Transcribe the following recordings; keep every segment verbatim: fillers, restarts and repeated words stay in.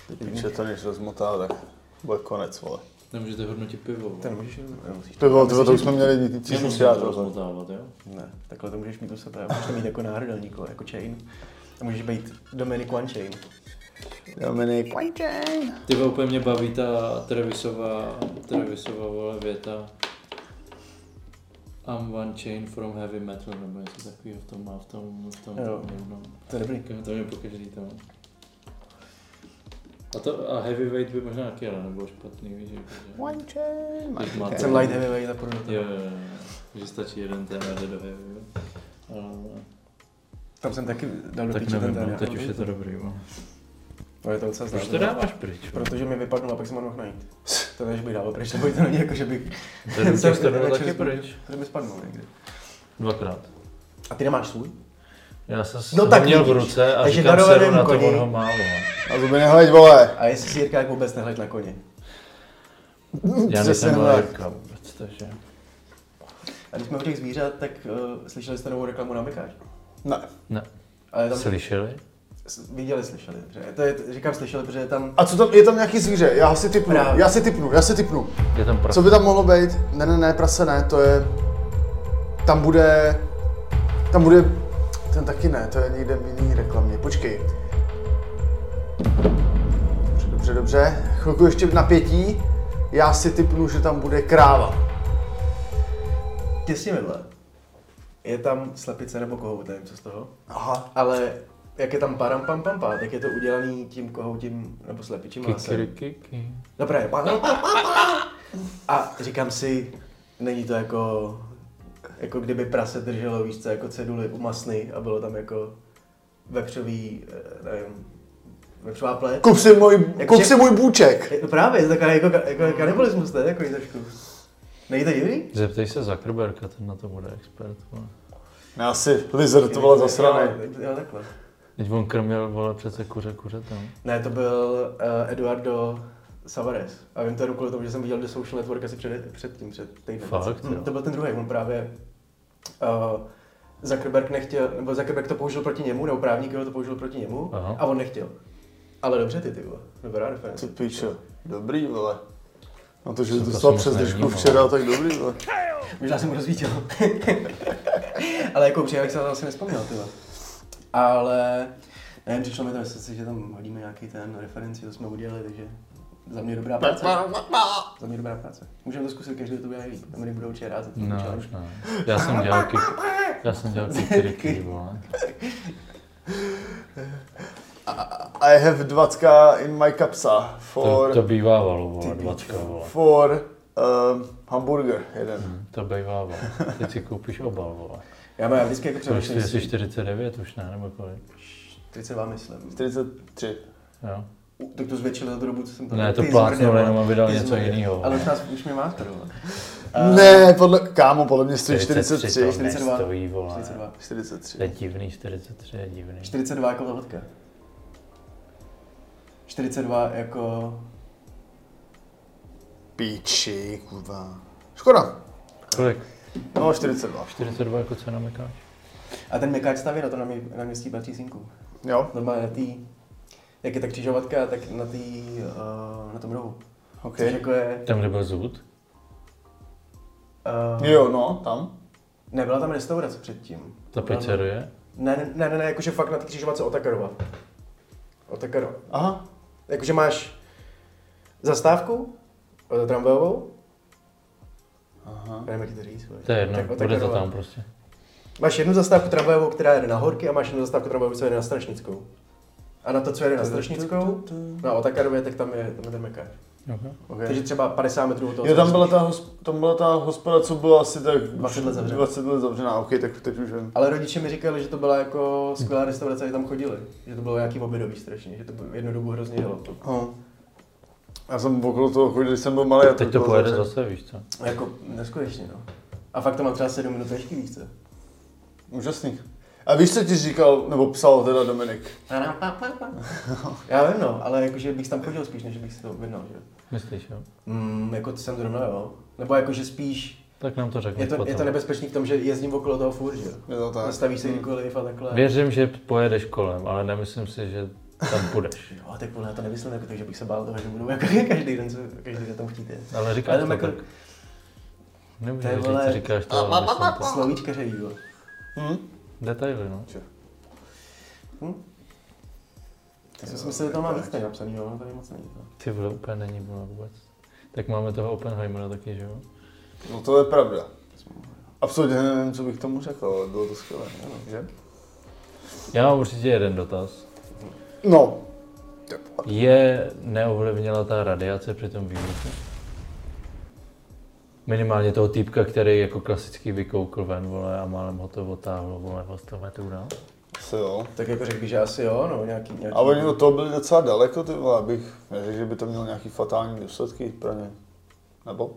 Když to než rozmotá, tak bude konec, vole. Nemůžete hodnotit pivo. To nemůžeš nemusíš. Pivo, to, to už jsme měli tisíckrát rozmotávat, jo? Ne, takhle to můžeš mít u sebe, můžeš to mít jako náhrdelník, jako chain. A můžeš být Dominic One Chain. Dominic One Chain. Ty úplně mě baví ta Travisova, Travisova vole věta. I'm one chain from heavy metal, nebo něco takového v tom má, v tom, v tom, jo, no. To je dobrý. To mě pokaždý to. A to, a heavyweight by možná taky, ale nebylo špatný, víš, že... One chain. Okay. Jsem light heavyweight a půjdu do toho. Jo, jo, jo, že stačí jeden ten a jde do heavy, ale... Tam jsem taky dal do tak píče ten ten. no, teď už je to dobrý, jo. No je to docela Proč to dáváš pryč? Protože mi vypadnul a pak jsem ho mohl najít. To než bych dával pryč, nebo to není jako, že bych... To je dobře, to dal taky pryč. To by spadnul někdy. Dvakrát. A ty nemáš svůj? Já jsem no, ho měl v ruce a říkám seru na to, on ho málo. A zuby nehleď, vole. A jestli si Jirka jak vůbec nehleď na koni? Já nejsem Jirka vůbec, takže... A když jsme u těch zvířat, tak uh, slyšeli jste novou reklamu na Mykáč? Ne. Ne. Ale tam... Slyšeli? Viděli, slyšeli. To je, říkám slyšeli, protože je tam... A co tam, je tam nějaký zvíře? Já si typnu, Právě. já si typnu, já si typnu. Je tam prase. Co by tam mohlo být? Ne, ne, ne, prase ne, to je... Tam bude... Tam bude... Ten taky ne, to je někde v jiný reklamě. Počkej. Dobře, dobře, dobře. Chvilku ještě v napětí. Já si typnu, že tam bude kráva. Těsně vedle. Je tam slepice nebo kohout, nevím co z toho. Aha. Ale jak je tam param pam pam pam, tak je to udělaný tím kohoutím nebo slepičím hlasem. Kiki. Dobré. A říkám si, není to jako, jako kdyby prase drželo, víš co, jako ceduly u masny a bylo tam jako vepřový, nevím, vepřová pleť. Kup si můj, jako, kup si můj bůček. Je to právě, je to takový jako, jako kanibalismus, ne? Jako trošku. Není to divný? Zeptej se Zuckerberga, ten na to bude expert. Vole. Já si Lizard, to byla zasraný. Jo, takhle. Teď on krmil, vole, přece kuře, kuře tam. Ne, to byl uh, Eduardo Savares. A vím to jenom kvůli tomu, že jsem viděl The Social Network asi před, před tím, před týdnem. Fakt, hm, to byl ten druhý, on právě uh, Zuckerberg nechtěl, nebo Zuckerberg to použil proti němu, nebo právník ho to použil proti němu. Aha. A on nechtěl. Ale dobře ty, ty vole, dobrá reference. Co píče, dobrý, vole. Na to, že jsi dostal přes držku včera, tak dobrý, vole. Možná jsem mu rozvítil. Ale jako upřímně, jak se na to asi nespomněl, ty vole. Ale nevím, přišlo mi to, myslím si, že tam hodíme nějaký ten referenci, to jsme udělali, takže za mě dobrá práce. Za mě dobrá práce. Můžeme to zkusit, každý to bude nejvíc. Tam budou určitě rád za to. No, no. Já jsem dělal kik, já jsem dělal kikiriky, vole. I have dvacka in my kapsa for... To, to bývávalo, vole, dvacka, vole. For um, hamburger, jeden. Hmm, to bývávalo. Teď si koupíš obal, vole. Já mám vždycky jako přemýšlím. To je čtyřicet devět už ne, nebo kolik? čtyřicet dva myslím. čtyřicet tři. Jo. Tak to zvětšili za tu dobu, co jsem to... Ne, to plácnul jenom, aby dal něco jiného. Ale už nás, už mě má skoro. Uh, ne, podle, kámo, podle mě stojí čtyřicet tři. čtyřicet dva. Stojí, vole. čtyřicet dva. čtyřicet tři. To je divný, čtyřicet tři je divný. čtyřicet dva jako lehotka. čtyřicet dva jako... Píči, kurva. Škoda. Kolik? No, čtyřicet dva. čtyřicet dva jako cena Mykáč. A ten Mykáč staví na to na, mě, na městí bratří synku. Jo. Normálně na tý, jak je ta křižovatka, tak na tý, uh, na tom rohu. Okay. Jako je... Tam, kde byl zůd? Uh, jo, no, tam. Nebyla tam restaurace předtím. Ta pizzerie? Ne, ne, ne, ne, jakože fakt na té křižovatce Otakarova. Otakarova. Aha. Jakože máš zastávku, tramvajovou. Aha. Nevím, jak to říct. To je jedno, bude to tam prostě. Máš jednu zastávku tramvajovou, která jede na Horky a máš jednu zastávku tramvajovou, co jede na Strašnickou. A na to, co jede na Strašnickou, na Otakarově, tak tam je, tam je ten Mykáč. Okay. Okay. Takže třeba padesát metrů od toho. Jo, tam byla ta, tam byla ta hospoda, co byla asi tak dvacet let zavřená. dvacet let zavřená, ok, tak teď už vím. Ale rodiče mi říkali, že to byla jako skvělá restaurace, že tam chodili. Že to bylo nějaký obědový strašně, že to jednu dobu hrozně jelo. Oh. Já jsem okolo toho chodil, když jsem byl malý. Teď to pojede zase, víš co? Jako neskutečně, no. A fakt to má třeba sedm minut vešky, víš co? Úžasný. A víš, co ti říkal, nebo psal teda Dominik? Já vím, no, ale jakože bych tam chodil spíš, než bych si to objednal, že? Myslíš, jo? Mm, jako jsem zrovna, jo. Nebo jakože spíš... Tak nám to řekneš je to, potom. je to nebezpečný v tom, že jezdím okolo toho furt, že jo? Je to tak. Nastavíš se kdykoliv a takhle. Věřím, že pojedeš kolem, ale nemyslím si, že tam půjdeš. Jo, tak podle to nemyslím jako tak, že bych se bál toho, že budu jako každý den, co, každý den tam chtít jet. Ale říkáš to jako, tak. Nemůžeš to je, říct, vole, říkáš to, ale myslím to. Slovíčkaři, jo. Hm? Detaily, no. Hm? Já jsem si myslel, že tam má víc tady napsaný, jo, tady moc není to. Ty vole, úplně není bylo vůbec. Tak máme toho Oppenheimera taky, že jo? No to je pravda. Absolutně nevím, co bych tomu řekl, ale bylo to skvělé, že? Já mám určitě jeden dotaz. No. Je neovlivnila ta radiace při tom výbuchu? Minimálně toho týpka, který jako klasický vykoukl ven, vole, a málem ho to otáhlo, vole, o sto metrů dál. Asi jo. Tak jako řekl bych, že asi jo, no, nějaký, nějaký... A oni od toho byli docela daleko, ty vole, abych neřekl, že by to mělo nějaký fatální důsledky pro ně. Nebo?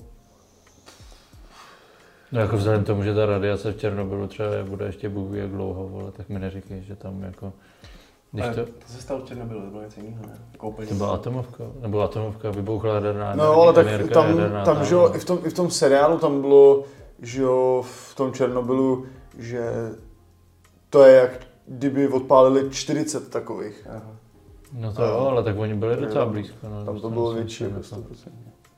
No jako vzhledem tomu, že ta radiace v Černobylu třeba bude ještě bůh ví jak dlouho, vole, tak mi neříkej, že tam jako... Když Ale to, to se stalo v Černobylu, to bylo něco jiného, ne? Jako úplně to byla atomovka, nebo atomovka, vybuchla jaderná No ale tak Amerika, tam, jaderná tam že jo, i v tom, i v tom seriálu tam bylo, že jo, v tom Černobylu, že to je jak kdyby odpálili čtyřicet takových. Aha. No to jo, ale tak oni byli Takže docela tam- blízko. No, Tam to si bylo myslím, větší, že jako sto procent.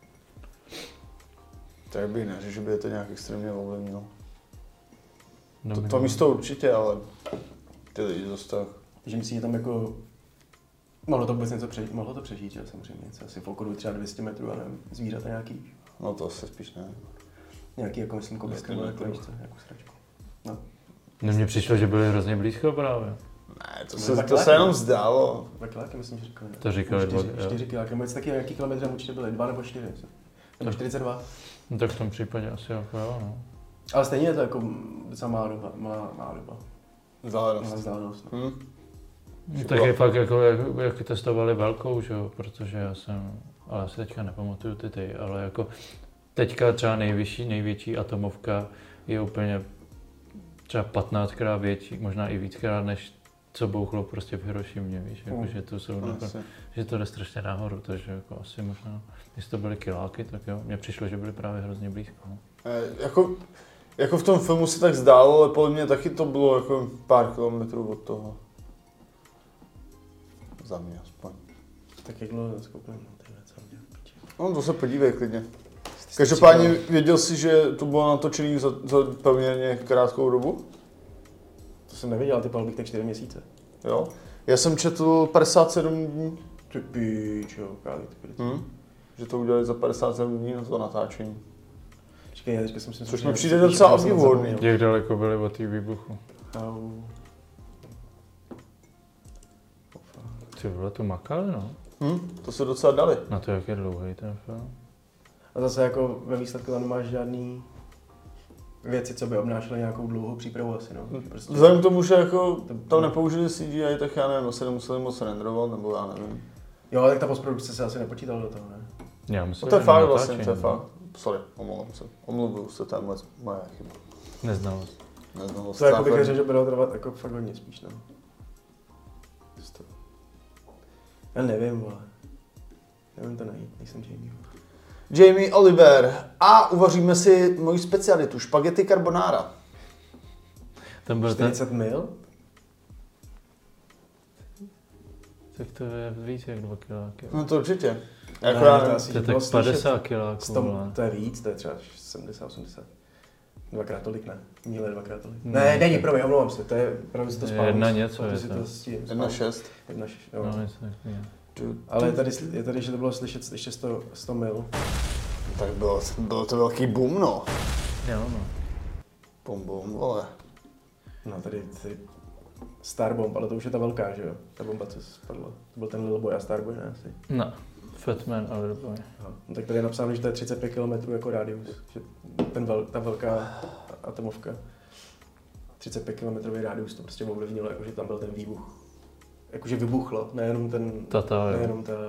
Tak bych neřekl, že by je to nějak extrémně ovlivnilo. No, To, to minimálně. místo určitě, ale ty lidi zase tak. Takže myslím, že tam jako... Mohlo to vůbec něco přežít, mohlo to přežít, že samozřejmě, něco asi v okolí třeba dvě stě metrů, a nevím, zvířata nějaký, No to asi spíš ne. nějaký jako myslím kobytky Dvě stě nebo metrů. jako něco, nějakou sračku. No. No mně přišlo, že byli hrozně blízko právě. Ne, to To se, byly to takhle, se jenom ne? zdálo. Dva kiláky myslím, že říkali. ne? To říkali čtyři, dva, jo. čtyři kiláky, nebo taky nějaký kilometr tam určitě byly, dva nebo čtyři, nebo čtyřicet dva. No tak v tom případě asi jako jo, no. Ale stejně je to jako docela malá doba, malá, malá doba, malá Vzdálenost. vzdálenost. No. Hm? No, tak je fakt jako, jak, jak testovali velkou, že jo, protože já jsem, ale asi teďka nepamatuju ty ty, ale jako teďka třeba nejvyšší, největší atomovka je úplně třeba patnáctkrát větší, možná i víckrát, než co bouchlo prostě v Hirošimě, víš, jako, Mm. že to jsou, jako, Asi. že to jde strašně nahoru, takže jako asi možná, jestli to byly kiláky, tak jo, mně přišlo, že byly právě hrozně blízko. No. E, jako, jako v tom filmu se tak zdálo, ale podle mě taky to bylo jako pár kilometrů od toho. Za mě aspoň. Tak jak dlouho zkoupil, no to je docela mě piči. No to se podívej klidně. Každopádně věděl jsi, že to bylo natočené za, za poměrně krátkou dobu? To jsem nevěděl, ale typal bych tak čtyři měsíce. Jo. Já jsem četl padesát sedm dní. Ty pičo, káli, ty pičo. Hm? Že to udělali za padesát sedm dní na to natáčení. Čekaj, já teďka jsem si Což že mi já přijde jsem docela zapomněl. obdivuhodný. Jak daleko byli od té výbuchu? Au. Ty vole, to makali, no. Hm? To se docela dali. Na to, jak je dlouhý ten film. A zase jako ve výsledku tam nemáš žádný věci, co by obnášely nějakou dlouhou přípravu asi, no. Prostě Vzhledem k tomu, že jako tam nepoužili C G I, tak já nevím, asi nemuseli moc renderovat, nebo já nevím. Jo, tak ta postprodukce se asi nepočítala do toho, ne? Já myslím, No to je že fakt na vlastně, natáčení, to je no. fakt. Sorry, omlouvám se. Omluvuju se, to je moje, moje chyba. Neznalost. Neznalost. To jako bych základní. řekl, že bude trvat jako fakt hodně spíš, no. Just Já nevím, vole. Nevím to najít, nejsem Jamie. Jamie Oliver. A uvaříme si moji specialitu, špagety carbonara. Ten byl ten, čtyřicet mil? tak to je víc jak dva kiláky. No to určitě. Ne, Jako to já, asi To je bylo tak slyšet padesát kiláků, sto, vole. to je víc, to je třeba sedmdesát osmdesát. Dvakrát tolik, ne? Míle dvakrát tolik. Ne. Ne, není, promiň, omlouvám se, to je právě si to Je spál. jedna něco je si to. to s tím jedna spál. šest. Jedna šest, jo. No, něco takového. Ale je tady, je tady, že to bylo slyšet ještě sto, sto mil. Tak bylo, bylo to velký boom, no. Jo, no. Bum, bum, vole. No tady, tady Starbomb, ale to už je ta velká, že jo? Ta bomba, co spadla. To byl ten Little Boy a Starboy, ne? Asi. No, Fatman a Little Boy. No, tak tady je napsáno, že to je třicet pět kilometrů jako rádius. Že ten vel, ta velká atomovka. třicet pět kilometrový rádius to prostě ovlivnilo, jakože tam byl ten výbuch. Jakože vybuchlo, nejenom ten, Ta, ta, jo. nejenom ta,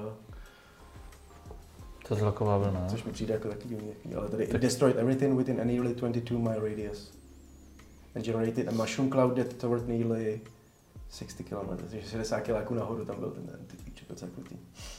Ta tlaková vlna. což mi přijde jako taky divný, ale tady Tak- it destroyed everything within a nearly twenty-two mile radius and generated a mushroom cloud that toward nearly sixty kilometers, takže šedesát kiláků nahoru tam byl ten, ten ty píče, docela krutý.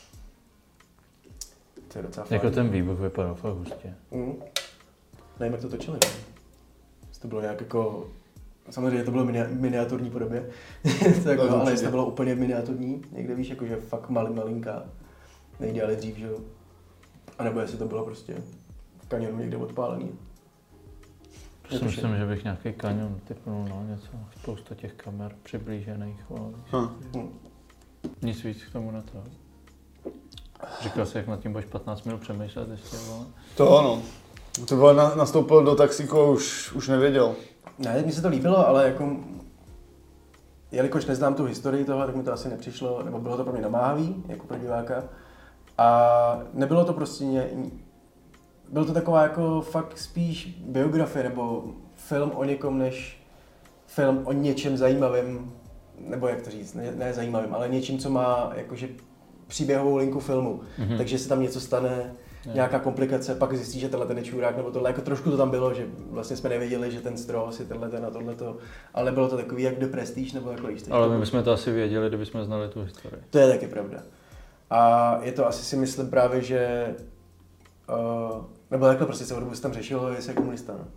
To je docela Jako fajn. ten výbuch vypadal fakt hustě. Mm. Nevím, jak to točili. Ne? Jestli to bylo nějak jako samozřejmě to bylo v miniaturní podobě, tak, No, no, ale určitě. jestli to bylo úplně miniaturní, někde víš, jakože fakt malý, malinká, nejdělali dřív, že jo. A nebo jestli to bylo prostě v kanionu někde odpálený. Já si myslím, že bych nějaký kanion typnul, no, něco, spousta těch kamer přiblížených, vole. Hm. Hm. Nic víc k tomu na to. Říkal jsi, jak nad tím budeš patnáct minut přemýšlet ještě, vole. To ano. To vole, na, nastoupil do taxíku a už, už nevěděl. Ne, mně se to líbilo, ale jako, jelikož neznám tu historii toho, tak mi to asi nepřišlo, nebo bylo to pro mě namáhavý, jako pro diváka. A nebylo to prostě, ně, bylo to taková jako fakt spíš biografie, nebo film o někom, než film o něčem zajímavém, nebo jak to říct, ne, ne zajímavým, ale něčím, co má jakože příběhovou linku filmu. Mhm. Takže se tam něco stane, Ne. nějaká komplikace, pak zjistí, že tenhle ten je čurák, nebo tohle, jako trošku to tam bylo, že vlastně jsme nevěděli, že ten Stross je tenhle ten a tohleto, ale nebylo to takový jak The Prestige, nebo jako víš. Ale my bychom to asi věděli, kdybychom znali tu historii. To je taky pravda. A je to asi si myslím právě, že, uh, nebo takhle prostě celou dobu se tam řešilo, jestli je komunista, no.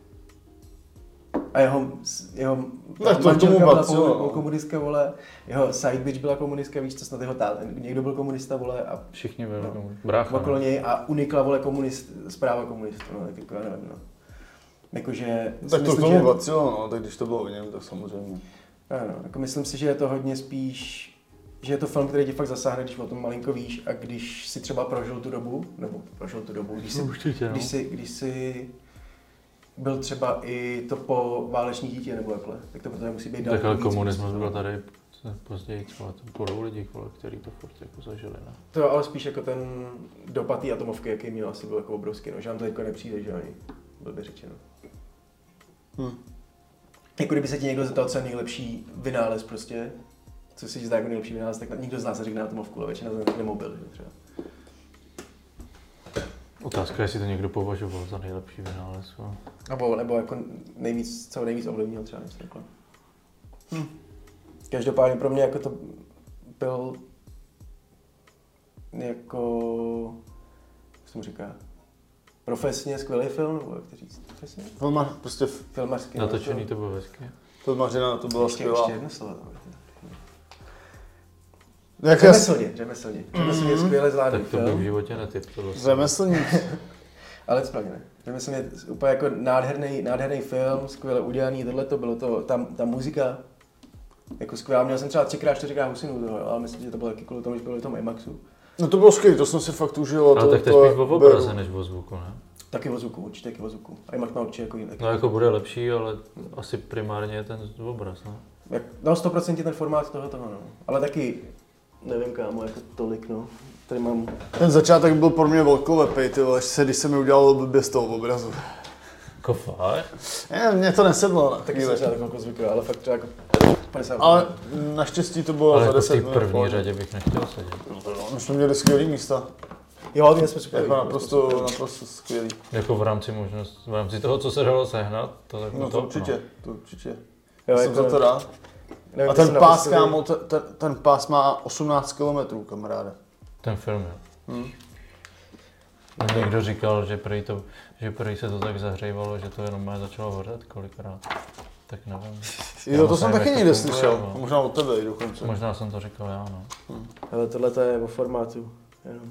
A jeho, jeho Tak to manželka tomu byla bacilo, komu- no. komunistka, vole, jeho side bitch byla komunistka, víš co, snad jeho tá, někdo byl komunista, vole, a Všichni byli No. no. Brácha. okolo No. něj a unikla, vole, komunist, zpráva komunistů, no, tak jako já nevím, no. Jakože, si Tak to k myslím, tomu že- bacilo, no, tak když to bylo o něm, tak samozřejmě. Ano, jako myslím si, že je to hodně spíš, že je to film, který tě fakt zasáhne, když o tom malinko víš a když si třeba prožil tu dobu, nebo prožil tu dobu, když si, Určitě, no. když si, když si byl třeba i to po váleční dítě nebo takhle, tak to protože musí být Tak daleko ale víc komunismus prostě, byl no. tady později, co to budou lidi, vole, kteří to furt jako zažili, ne? To je ale spíš jako ten dopad té atomovky, jaký měl, asi byl jako obrovský, no, že nám to teďka nepřijde, že ani, blbě řečeno. Hm. Jako kdyby se ti někdo zeptal, co je nejlepší vynález prostě, co si zdá jako nejlepší vynález, tak nikdo z nás řekne atomovku, ale většina z nás řekne mobil, že třeba. Otázka, jestli to někdo považoval za nejlepší vynález. vole. Nebo, nebo jako nejvíc, co nejvíc ovlivnil třeba něco takhle. Hm. Každopádně pro mě jako to byl jako, jak se mu říká, profesně skvělý film, nebo jak to říct, profesně? Filma, prostě Filmařský. Natočený to bylo hezky. filmařina to byla ještě, skvělá. ještě jedno slovo. Jak já Řemeslně, řemeslně. Řemeslně je skvěle zvládný Tak to bych v film. životě netyp. tohle. Řemeslník. Ale správně ne. Řemeslně je úplně jako nádherný, nádherný film, skvěle udělaný, tohle to bylo to, tam, ta muzika, jako skvělá. Měl jsem třeba třikrát, čtyřikrát husinu toho, ale myslím, že to bylo taky kvůli tomu, že bylo v tom IMAXu. No to bylo skvělé, to jsem si fakt užil. Ale to, tak to je to spíš o obraze než o zvuku, ne? Taky o zvuku, určitě taky o zvuku. IMAX má určitě jako jiný. No jako bude lepší, ale asi primárně je ten obraz, ne? Jak, no sto procent ten formát toho toho, no. Ale taky, nevím kámo, jako tolik, no. Tady mám, Ten začátek byl pro mě velkolepej, ty vole, až se, když se mi udělalo blbě z toho obrazu. Jako fakt? Ne, mně to nesedlo na taky chvíli. jsem třeba takovou zvyklý, ale fakt třeba jako padesát. Ale naštěstí to bylo Ale za jako v deset té minut. první pohodě. řadě bych nechtěl sedět. My jsme měli skvělý místa. Jo, my jsme super. Jako naprosto, naprosto skvělý. Jako v rámci možnost, v rámci toho, co se dalo sehnat, to tak No to určitě, to určitě. Jo, Jsem jako, za to rád. nevím, A jestli ten jsem pás, naposledy- kámo, ten, ten, ten pás má osmnáct kilometrů, kamaráde. Ten film, jo. Hm. A někdo říkal, že prej, to, že prej se to tak zahřívalo, že to jenom má začalo hořet kolikrát. Tak nevím. Já Jo, to moc jsem nevím, taky jak to někde funguje, slyšel. no. Možná od tebe i dokonce. Možná jsem to říkal já, no. Ale tohle to je o formátu, jenom.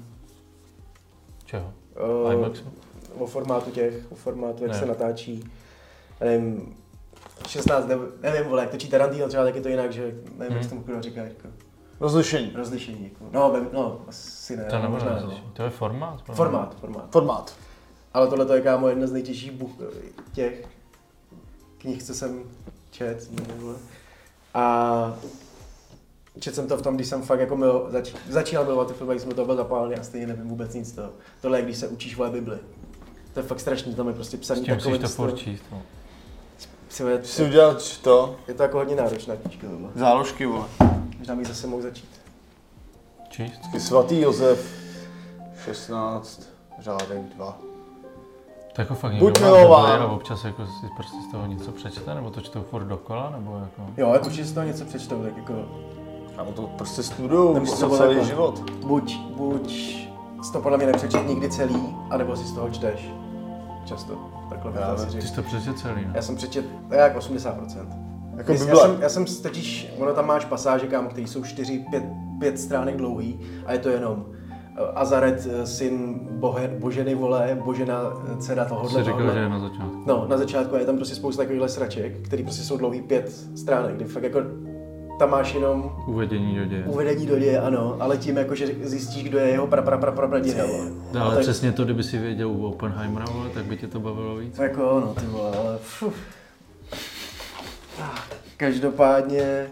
Čeho? O, IMAXu? o formátu těch, o formátu, jak Ne. se natáčí. Já nevím, šestnáct, nevím, nevím, vole, jak točí Tarantino, třeba taky to jinak, že nevím, jak Hmm. se tomu kurva říká, jako, Rozlišení. rozlišení, jako. No, vem- no, asi ne, To nebude možná, no. rozlišení. To je formát? podle mě. Formát, formát. Formát. Ale tohle to je, kámo, jedna z nejtěžších buch, těch knih, co jsem čet, nebo, a čet jsem to v tom, když jsem fakt jako mil, zač, začínal milovat ty filmy, když jsem to byl zapálený a stejně nevím vůbec nic z toho. Tohle je, když se učíš vole Bibli. To je fakt strašný, tam je prostě S psaný tím musíš takovým to stylem. furt číst, no. Je, Si udělat to, je to jako hodně náročná knížka, tohle. záložky, vole. Možná bych zase mohl začít. Číst? Taky svatý Josef, šestnáct, řádek dva. To jako fakt Buď někdo má milován. Bibli a občas jako si prostě z toho něco přečte, nebo to čtou furt dokola, nebo jako... Jo, jako určitě si toho něco přečtou, tak jako A to prostě studujou, Nebo víš to co, bylo celý takhle. život. buď, buď jsi to podle mě nepřečet nikdy celý, anebo si z toho čteš. často. Takhle Právě. bych Ty si jsi řekl. to přečet celý, ne? Já jsem přečet jak osmdesát procent. Jako já, Bible. jsem, já jsem totiž, ono tam máš pasáže, kámo, které jsou čtyři pět stránek dlouhý a je to jenom Azaret, syn bohe, Boženy, vole, Božena, dcera tohohle. Jsi řekl, tohohle. že je na začátku. No, na začátku je tam prostě spousta takovýchhle sraček, který prostě jsou dlouhý pět stránek, kdy fakt jako tam máš jenom Uvedení do děje. uvedení do děje, ano, ale tím jako, že zjistíš, kdo je jeho pra pra pra pra praděda, vole. No, ale tak, přesně to, kdyby si věděl u Oppenheimera, vole, tak by tě to bavilo víc. jako no, ty vole, ale fuf. Každopádně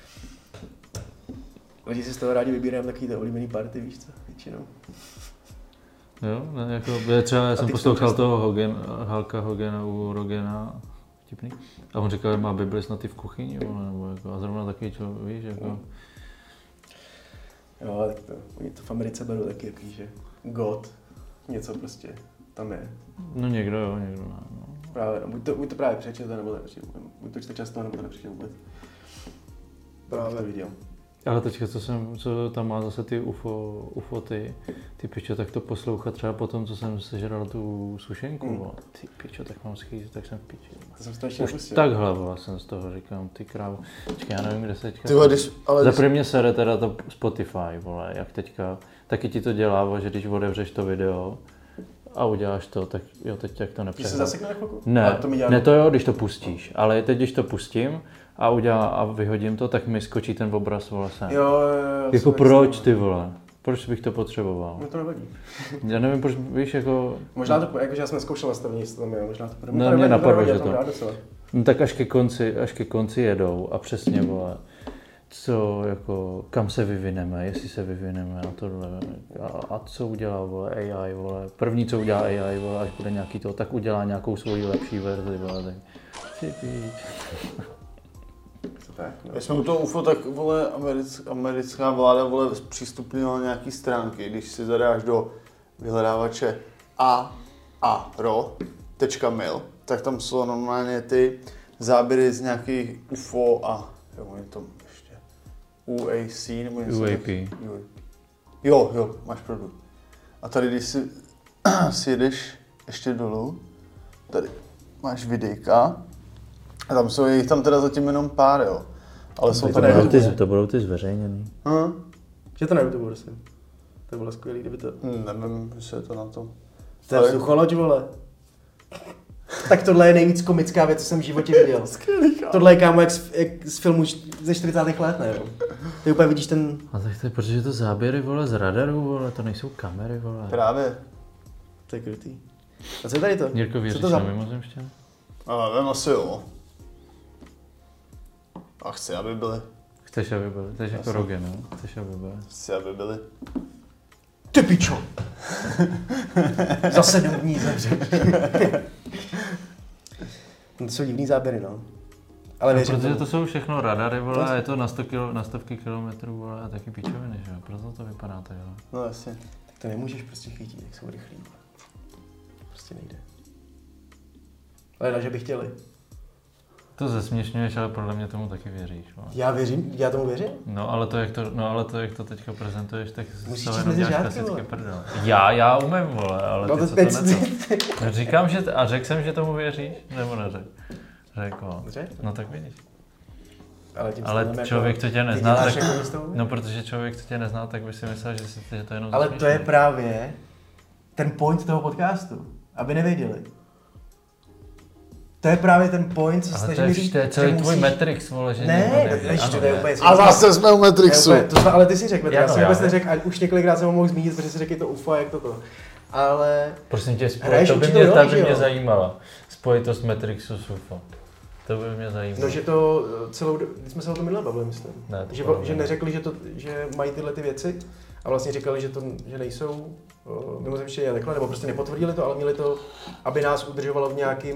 lidi si z toho rádi vybírají takový to oblíbený party, víš co, většinou. Jo, ne, jako, je třeba, já jsem ty poslouchal jsou toho Hogan, Halka Hogana u Rogena, vtipný, a on říkal, že má Bibli snad i v kuchyni, vole, nebo jako, a zrovna takový člověk, víš, jako. Jo, ale tak to, oni to v Americe berou taky, jaký, že God, něco prostě tam je. No někdo jo, někdo ne, no. Právě, no, buď to, buď to právě přečete, nebo nepřečete, buď to čte často, nebo to nepřečete vůbec. Právě to viděl. Ale teďka, co, jsem, co tam má zase ty UFO, UFO ty, ty pičo, tak to poslouchat třeba po tom, co jsem sežral tu sušenku, Mm. vole. Ty pičo, tak mám schýt, tak jsem v piči. To jsem z toho ještě Už nepustil. takhle, vole, jsem z toho říkám, ty krávo. Počkej, já nevím, kde se teďka... Ty vole, když, ale Za když, první sere teda to Spotify, vole, jak teďka, taky ti to dělá, vole, že když otevřeš to video a uděláš to, tak jo, teď jak to Ty se nepřehrál. zasekne na chvilku? Ne, Ale to mi dělá... ne to jo, když to pustíš, ale teď, když to pustím a udělá a vyhodím to, tak mi skočí ten obraz, vole, sem. Jo, jo, jo. Jako jsem proč, nechtěl. ty vole? Proč bych to potřeboval? Mě to nevadí. Já nevím, proč, víš, jako... Možná to, jakože já jsem zkoušel nastavení, jestli to tam je, možná to půjde. Ne, mě napadlo, že já to. rád docela. No tak až ke konci, až ke konci jedou a přesně, vole, co, jako, kam se vyvineme, jestli se vyvineme a tohle, a, a co udělá, vole, A I, vole, první, co udělá A I, vole, až bude nějaký to, tak udělá nějakou svoji lepší verzi, vole, tak si píč. Co tak? No. když jsme u toho U F O, tak vole, americ, americká vláda vole zpřístupnila nějaký stránky, když si zadáš do vyhledávače a a ro tečka mil, tak tam jsou normálně ty záběry z nějakých U F O a jo, je to ještě U A C nebo něco. U A P. U A P. Jo, jo, máš pravdu. A tady, když si, si jedeš ještě dolů, tady máš videjka, a tam jsou jich tam teda zatím jenom pár, jo. Ale jsou To tady... budou ty- to budou ty zveřejněný. Hm? Že to na YouTube, prosím. To bylo skvělý, kdyby to... Nevím, jestli je to na tom. To je Ale- vzducholoď, vole. Tak tohle je nejvíc komická věc, co jsem v životě viděl. Skvělý, kámo. Tohle je kámo jak z, jak z filmu ze čtyřicátých let, ne? Jo? Ty úplně vidíš ten... A tak to je, protože to záběry, vole, z radaru, vole, to nejsou kamery, vole. Právě. To je krutý. A co je tady to? Jirko, Co věříš to za... na mimozemšťan? Ale vím, asi jo. A chci, aby byli. Chceš, aby byly, to je jako jsem- Rogan, no? Chceš, aby byly. Chci, aby byli. Ty pičo! Za sedm dní zemřel. No to jsou divný záběry, no. Ale No, věřím protože tomu. to jsou všechno radary, vole, Vlastně. a je to na, sto kilo, na stovky kilometrů, vole, a taky pičoviny, že jo? Proto to vypadá tak, jo? No jasně. Tak to nemůžeš prostě chytit, jak jsou rychlí. Prostě nejde. Ale na, že by chtěli. To zesměšňuješ, ale podle mě tomu taky věříš, vole. Já věřím, já tomu věřím? No ale to, jak to, no, ale to, jak to teďka prezentuješ, tak Musíš to číst jenom mezi děláš řádky, klasicky vole. prdel. Já, já umím, vole, ale No ty, to co teď to ne to. Říkám, že, a řekl jsem, že tomu věříš, nebo neřekl? Řekl. Řekl. No tak vidíš. Ale, tím Ale stylem člověk jako, to tě ty nezná, děláš tak, jako místo? no protože člověk to tě nezná, tak by si myslel, že, si, že to je jenom Ale to je zasměšný. právě ten point toho podcastu, aby nevěděli. To je právě ten point, co Ale to snažím je, říct. to je celý že tvůj musíš- Matrix, vole, že Ne, někdo neví. ježiš, Ano, to je ne. úplně A zase jsme u Matrixu. Ne, úplně, to jsme, ale ty si řekl, Petr, já Ano, jsem já vůbec vím. neřekl, a už několikrát jsem ho mohl zmínit, protože si řekl, je to U F O, jak toto. Ale Prosím tě, spoj, Hraješ to by určitou mě, ta roli, by že mě jo? zajímala. Spojitost Matrixu s U F O. To by mě zajímalo. no, že to celou, do- když jsme se o tom minule bavili, myslím. Ne, to že, pravda. že neřekli, že, to, že mají tyhle ty věci a vlastně říkali, že, to, že nejsou uh, mimozemštění a takhle, nebo prostě nepotvrdili to, ale měli to, aby nás udržovalo v nějakým...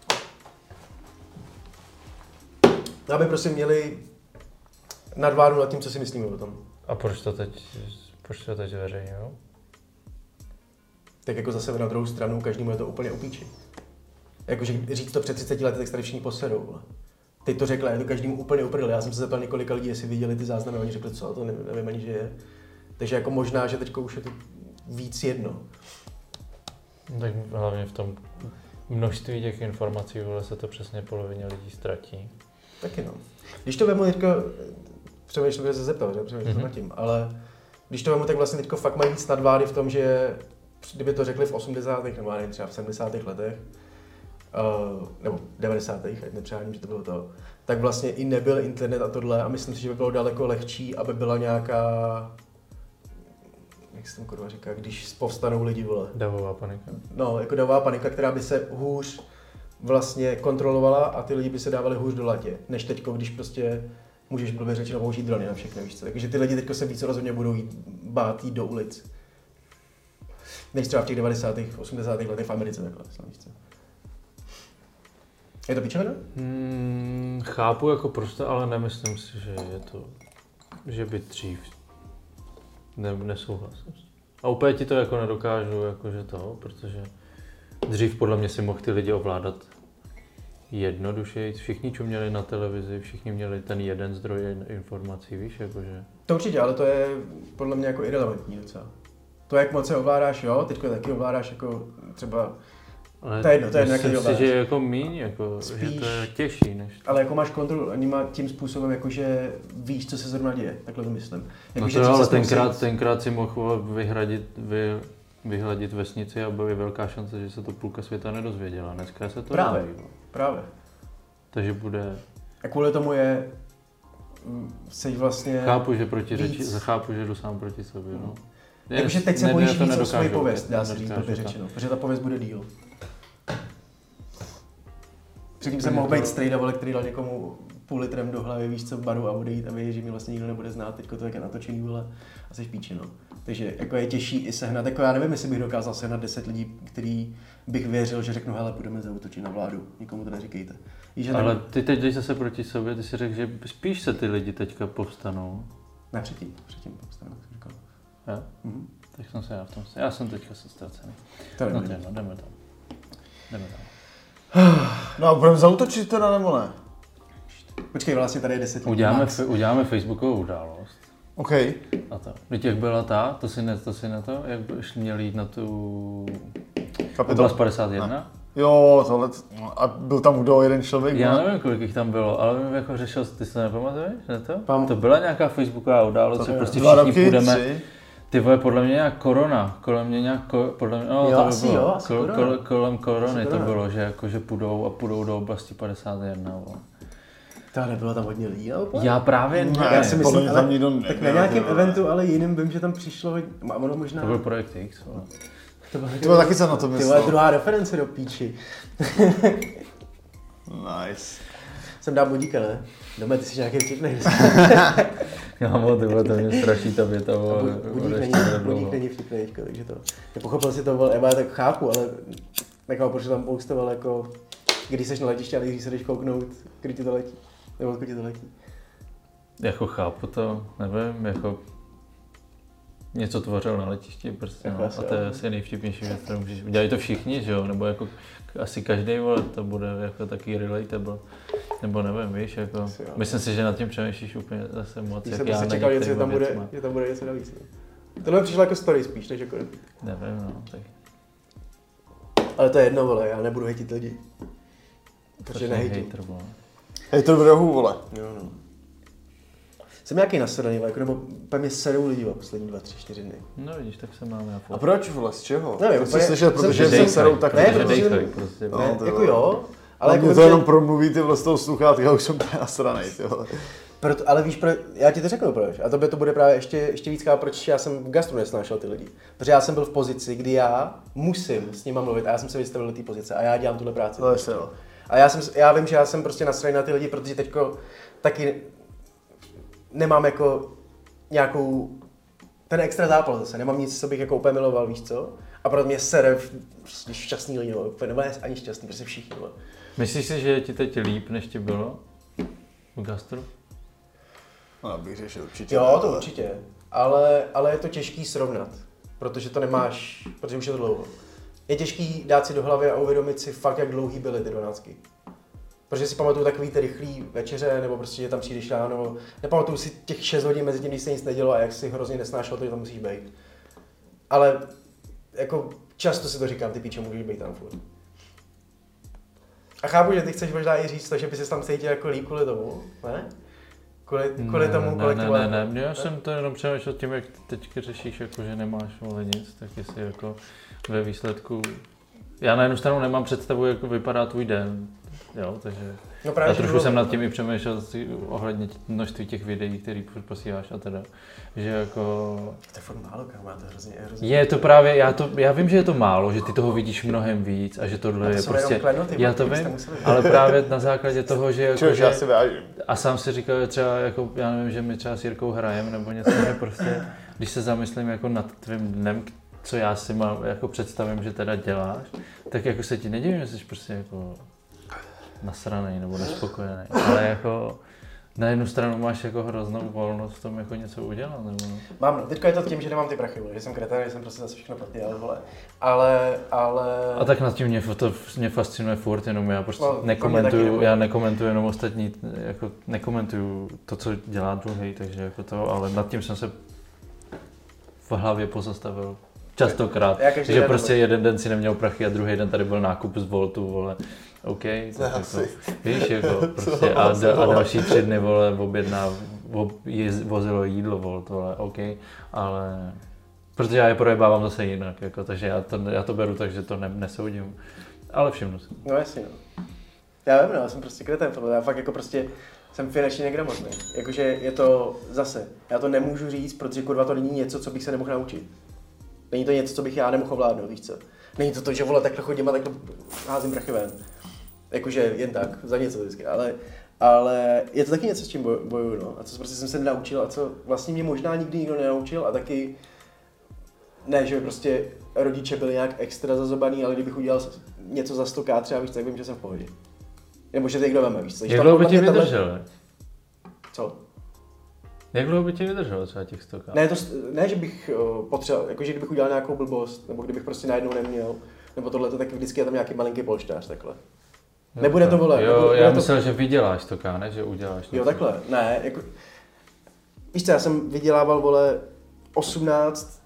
Aby prostě měli nadvádu nad tím, co si myslíme o tom. A proč to teď, proč to teď zveřejňují? Tak jako zase na druhou stranu, každému je to úplně upíči. Jakože říct to před třiceti lety, tak se tady všichni poserou. Vole. Teď to řekla, je to každému úplně uprdele. Já jsem se zeptal několika lidí, jestli viděli ty záznamy, oni řekli, co, to nevím, nevím ani, že je. Takže jako možná, že teď už je to víc jedno. Tak hlavně v tom množství těch informací, vole, se to přesně polovině lidí ztratí. Taky no. Když to vemu teďka, přemýšlím, že se zeptal, že přemýšlím Mhm. nad tím, ale když to vemu, tak vlastně teďka fakt mají víc nadvády v tom, že kdyby to řekli v osmdesátých nebo nevím, třeba v sedmdesátých letech, uh, nebo devadesátých, ať nepřáním, že to bylo to, tak vlastně i nebyl internet a tohle a myslím si, že by bylo daleko lehčí, aby byla nějaká, jak se tam kurva říká, když povstanou lidi, vole. Davová panika. No, jako davová panika, která by se hůř vlastně kontrolovala a ty lidi by se dávali hůř do latě, než teďko, když prostě můžeš blbě řečeno použít drony na všechno, víš co. Takže ty lidi teďko se více rozhodně budou jít, bát jít do ulic. Než třeba v těch devadesátých, osmdesátých letech v Americe takhle, víš co. Je to pičovina? Hmm, chápu jako prostě, ale nemyslím si, že je to, že by dřív. Ne, nesouhlasím. A úplně ti to jako nedokážu, jakože to, protože dřív podle mě si mohl ty lidi ovládat jednodušeji. Všichni čuměli na televizi, všichni měli ten jeden zdroj informací, víš, jakože. To určitě, ale to je podle mě jako irelevantní docela. To, jak moc se ovládáš, jo, teďko taky ovládáš jako třeba, Ale to je jedno, to je jedno, myslím jaký si, ovládáš. že je jako míň, jako, Spíš. že to je těžší než. ale jako máš kontrolu nima tím způsobem, jako že víš, co se zrovna děje, takhle to myslím. Jako, No že to co jo, ale se s tou tenkrát, se- tenkrát si mohl vyhradit, vy, vyhladit vesnici a byla velká šance, že se to půlka světa nedozvěděla. Dneska se to Právě. neví. Právě. Takže bude. A kvůli tomu je, mm, jsi vlastně... Chápu, že proti víc. řeči, chápu, že jdu sám proti sobě. No. Jakože teď se Ne- bojíš to víc o svoji nedokážu, pověst, dá se říct, nedokážu blbě to. řečeno, protože ta pověst bude díl. Předtím jsem Úplně mohl to- být strejda, vole, který dal někomu půl litrem do hlavy, víš co, v baru a odejít a vědět, že mě vlastně nikdo nebude znát, teďko to jak je natočený, vole, a jsi v píči, no. Takže jako je těžší i sehnat, jako já nevím, jestli bych dokázal sehnat deset lidí, který bych věřil, že řeknu, hele, půjdeme zaútočit na vládu, nikomu to neříkejte. Víš, že Ale tak... ty teď jdeš zase proti sobě, ty si řekl, že spíš se ty lidi teďka povstanou. Ne, předtím, předtím, povstanu, jak jsem říkal. Jo? Mhm. Tak jsem se já v tom, já jsem teďka se ztracený. To je No dobrý. to je, no, jdeme tam. Jdeme tam. No a budeme zautočit teda nebo ne? Počkej, vlastně tady je deset lidí. Uděláme, max. fe, uděláme Facebookovou událost. OK. A to. Teď jak byla ta, to si ne, to si na to, jak by šli měli jít na tu oblast padesát jedna? Jo, tohle, no, a byl tam kdo, jeden člověk? Já no? nevím, kolik jich tam bylo, ale vím, jako řešil, ty se nepamatuješ na to? Pam- To byla nějaká Facebooková událost, že je prostě Dva všichni roky, půjdeme. tři. Ty vole, podle mě nějak korona, kolem mě nějak, ko, podle mě, no Jo, to by asi bylo, jo, asi Kol, korona. kol, kolem korony Asi to korona. bylo, že jako, že půjdou a půjdou do oblasti padesát jedna, vole. To nebylo tam hodně lidí, naopak? Já právě Ne, ne, já si podle myslím, mě ale- tam nikdo Tak na nebyl, nějakém ty vole. eventu, ale jiným vím, že tam přišlo, a ono možná... to byl projekt X, vole. to bylo, Ty vole, taky jsem na to Ty vole, myslel. druhá reference do píči. Nice. Jsem dá bodíka, ne? Dome, ty jsi nějaký vtipnej. Kámo, ty vole, to mě straší ta věta, vole. Budík bude není, ještě budík dlouho. není vtipnej, teďko, takže to... Nepochopil si to, vole, Eba, tak chápu, ale... Nechápu, protože tam poustoval jako... Když jsi na letišti a když se jdeš kouknout, kdy ti to letí. Nebo odkud ti to letí. Jako chápu to, nevím, jako něco tvořil na letišti prostě, Jako no. asi A to je jo. asi nejvtipnější věc, kterou můžeš, dělají to všichni, že jo, nebo jako asi každý, vole, to bude jako taky relatable, nebo nevím, víš, jako, Asi jo. myslím si, že nad tím přemýšlíš úplně zase moc, Když jak jsem já prostě na čekal, že některýma tam, bude, věcma. že tam bude něco navíc. No. Tohle mi přišlo jako story spíš, než jako... Nevím, no, tak Ale to je jedno, vole, já nebudu hejtit lidi. Protože strašný nehejtím. hater, vole. Hej, to v rohu, vole. Jo, no. Jsem nějaký nasraný, jako, nebo pevně sedou lidí vole, poslední dva, tři, čtyři dny. No vidíš, tak se máme na A proč, vole, z čeho? Nevím, To jsi úplně- slyšel, jsem- protože jsem- jsem jsem- serou taky. Ne, Ne, protože- dejchaj, prostě. No, Ne, to jako jo. jo, ale Ale jako mě vím, to že- jenom promluví ty vole z toho sluchátka, už jsem úplně nasranej, ty vole. Proto, ale víš, pro, já ti to řeknu proč. A tobě to bude právě ještě, ještě víc chápat, proč já jsem v gastru nesnášel ty lidi. Protože já jsem byl v pozici, kdy já musím s nima mluvit a já jsem se vystavil do té pozice a já dělám tuhle práci. To je se, jo. A já, jsem, já vím, že já jsem prostě nasraný na ty lidi, protože teďko taky nemám jako nějakou, ten extra zápal zase, nemám nic, co bych jako úplně miloval, víš co? A proto mě sere v- prostě šťastný lidi, no, úplně nebo ne ani šťastný, prostě všichni. No. Myslíš si, že je ti teď líp, než ti bylo v gastru? No, já bych řešil určitě. Jo, ne, to ale- určitě, ale, ale je to těžký srovnat, protože to nemáš, protože už je to dlouho. Je těžký dát si do hlavy a uvědomit si fakt, jak dlouhý byly ty dvanáctky. Protože si pamatuju takový ty rychlý večeře, nebo prostě, že tam přijdeš ráno, nepamatuju si těch šest hodin mezi tím, když se nic nedělo a jak si hrozně nesnášel to, že tam musíš být. Ale jako často si to říkám, ty píče, můžeš být tam furt. A chápu, že ty chceš možná i říct to, že by se tam cítil jako líp kvůli tomu, ne? Kvůli, kvůli ne, tomu ne, kolektivu. Ne, ne, ne, já jsem to jenom přemýšlel tím, jak teďka řešíš, jako, že nemáš vole nic, tak jestli jako ve výsledku... Já na jednu stranu nemám představu, jak vypadá tvůj den, jo, takže... No právě, já trošku jsem nad tím i přemýšlel ohledně množství těch videí, které posíláš a teda, že jako... To je fakt málo, kámo, to je hrozně, hrozně... Je to právě, já, to, já vím, že je to málo, že ty toho vidíš mnohem víc a že tohle to je jsou prostě... jenom klenoty, já to vím, ale právě na základě toho, že jako... Čehož že, já si vážím. a sám si říkal, že třeba jako, já nevím, že my třeba s Jirkou hrajeme nebo něco, že prostě, když se zamyslím jako nad tvým dnem, co já si mám, jako představím, že teda děláš, tak jako se ti nedivím, že jsi prostě jako nasranej nebo nespokojený, ale jako na jednu stranu máš jako hroznou volnost v tom jako něco udělat, nebo no. Mám, no, teďka je to tím, že nemám ty prachy, že jsem kretén, že jsem prostě zase všechno platil, vole, ale, ale... A tak nad tím mě, to mě fascinuje furt, jenom já prostě no, nekomentuju, taky, já nekomentuju jenom ostatní, jako nekomentuju to, co dělá druhý, takže jako to, ale nad tím jsem se v hlavě pozastavil. Častokrát, že prostě nebo... jeden den si neměl prachy a druhý den tady byl nákup z Voltu, vole. OK, tak jako, víš, jako prostě a, a další tři dny, vole, objedná, ob, jez, vozilo jídlo, Volt, vole, OK, ale protože já je projebávám zase jinak, jako, takže já to, já to beru tak, že to ne, nesoudím, ale všimnu si. No jasně, no. Já vím, no, já jsem prostě kretén, tohle, já fakt jako prostě jsem finančně negramotný, jakože je to zase, já to nemůžu říct, protože kurva to není něco, co bych se nemohl naučit. Není to něco, co bych já nemohl ovládnout, víš co? Není to to, že vole, takhle chodím a takhle házím prachy ven. Jakože jen tak, za něco vždycky, ale, ale je to taky něco, s čím bojuju, no. A co prostě jsem se naučil a co vlastně mě možná nikdy nikdo nenaučil a taky ne, že by prostě rodiče byli nějak extra zazobaný, ale kdybych udělal něco za sto ká třeba, víš, tak vím, že jsem v pohodě. Nebo že to někdo veme, víš co? Jak dlouho by ti vydržel? Co? Jak dlouho by ti vydrželo třeba těch sto ká? Ne, to, ne, že bych uh, potřeboval, jakože kdybych udělal nějakou blbost, nebo kdybych prostě najednou neměl, nebo tohle, tak vždycky je tam nějaký malinký polštář, takhle. Jo, nebude to vole. Jo, nebude, já to... myslel, že vyděláš sto ká, ne, že uděláš. Jo, takhle, ne, jako... Víš co, já jsem vydělával, vole, osmnáct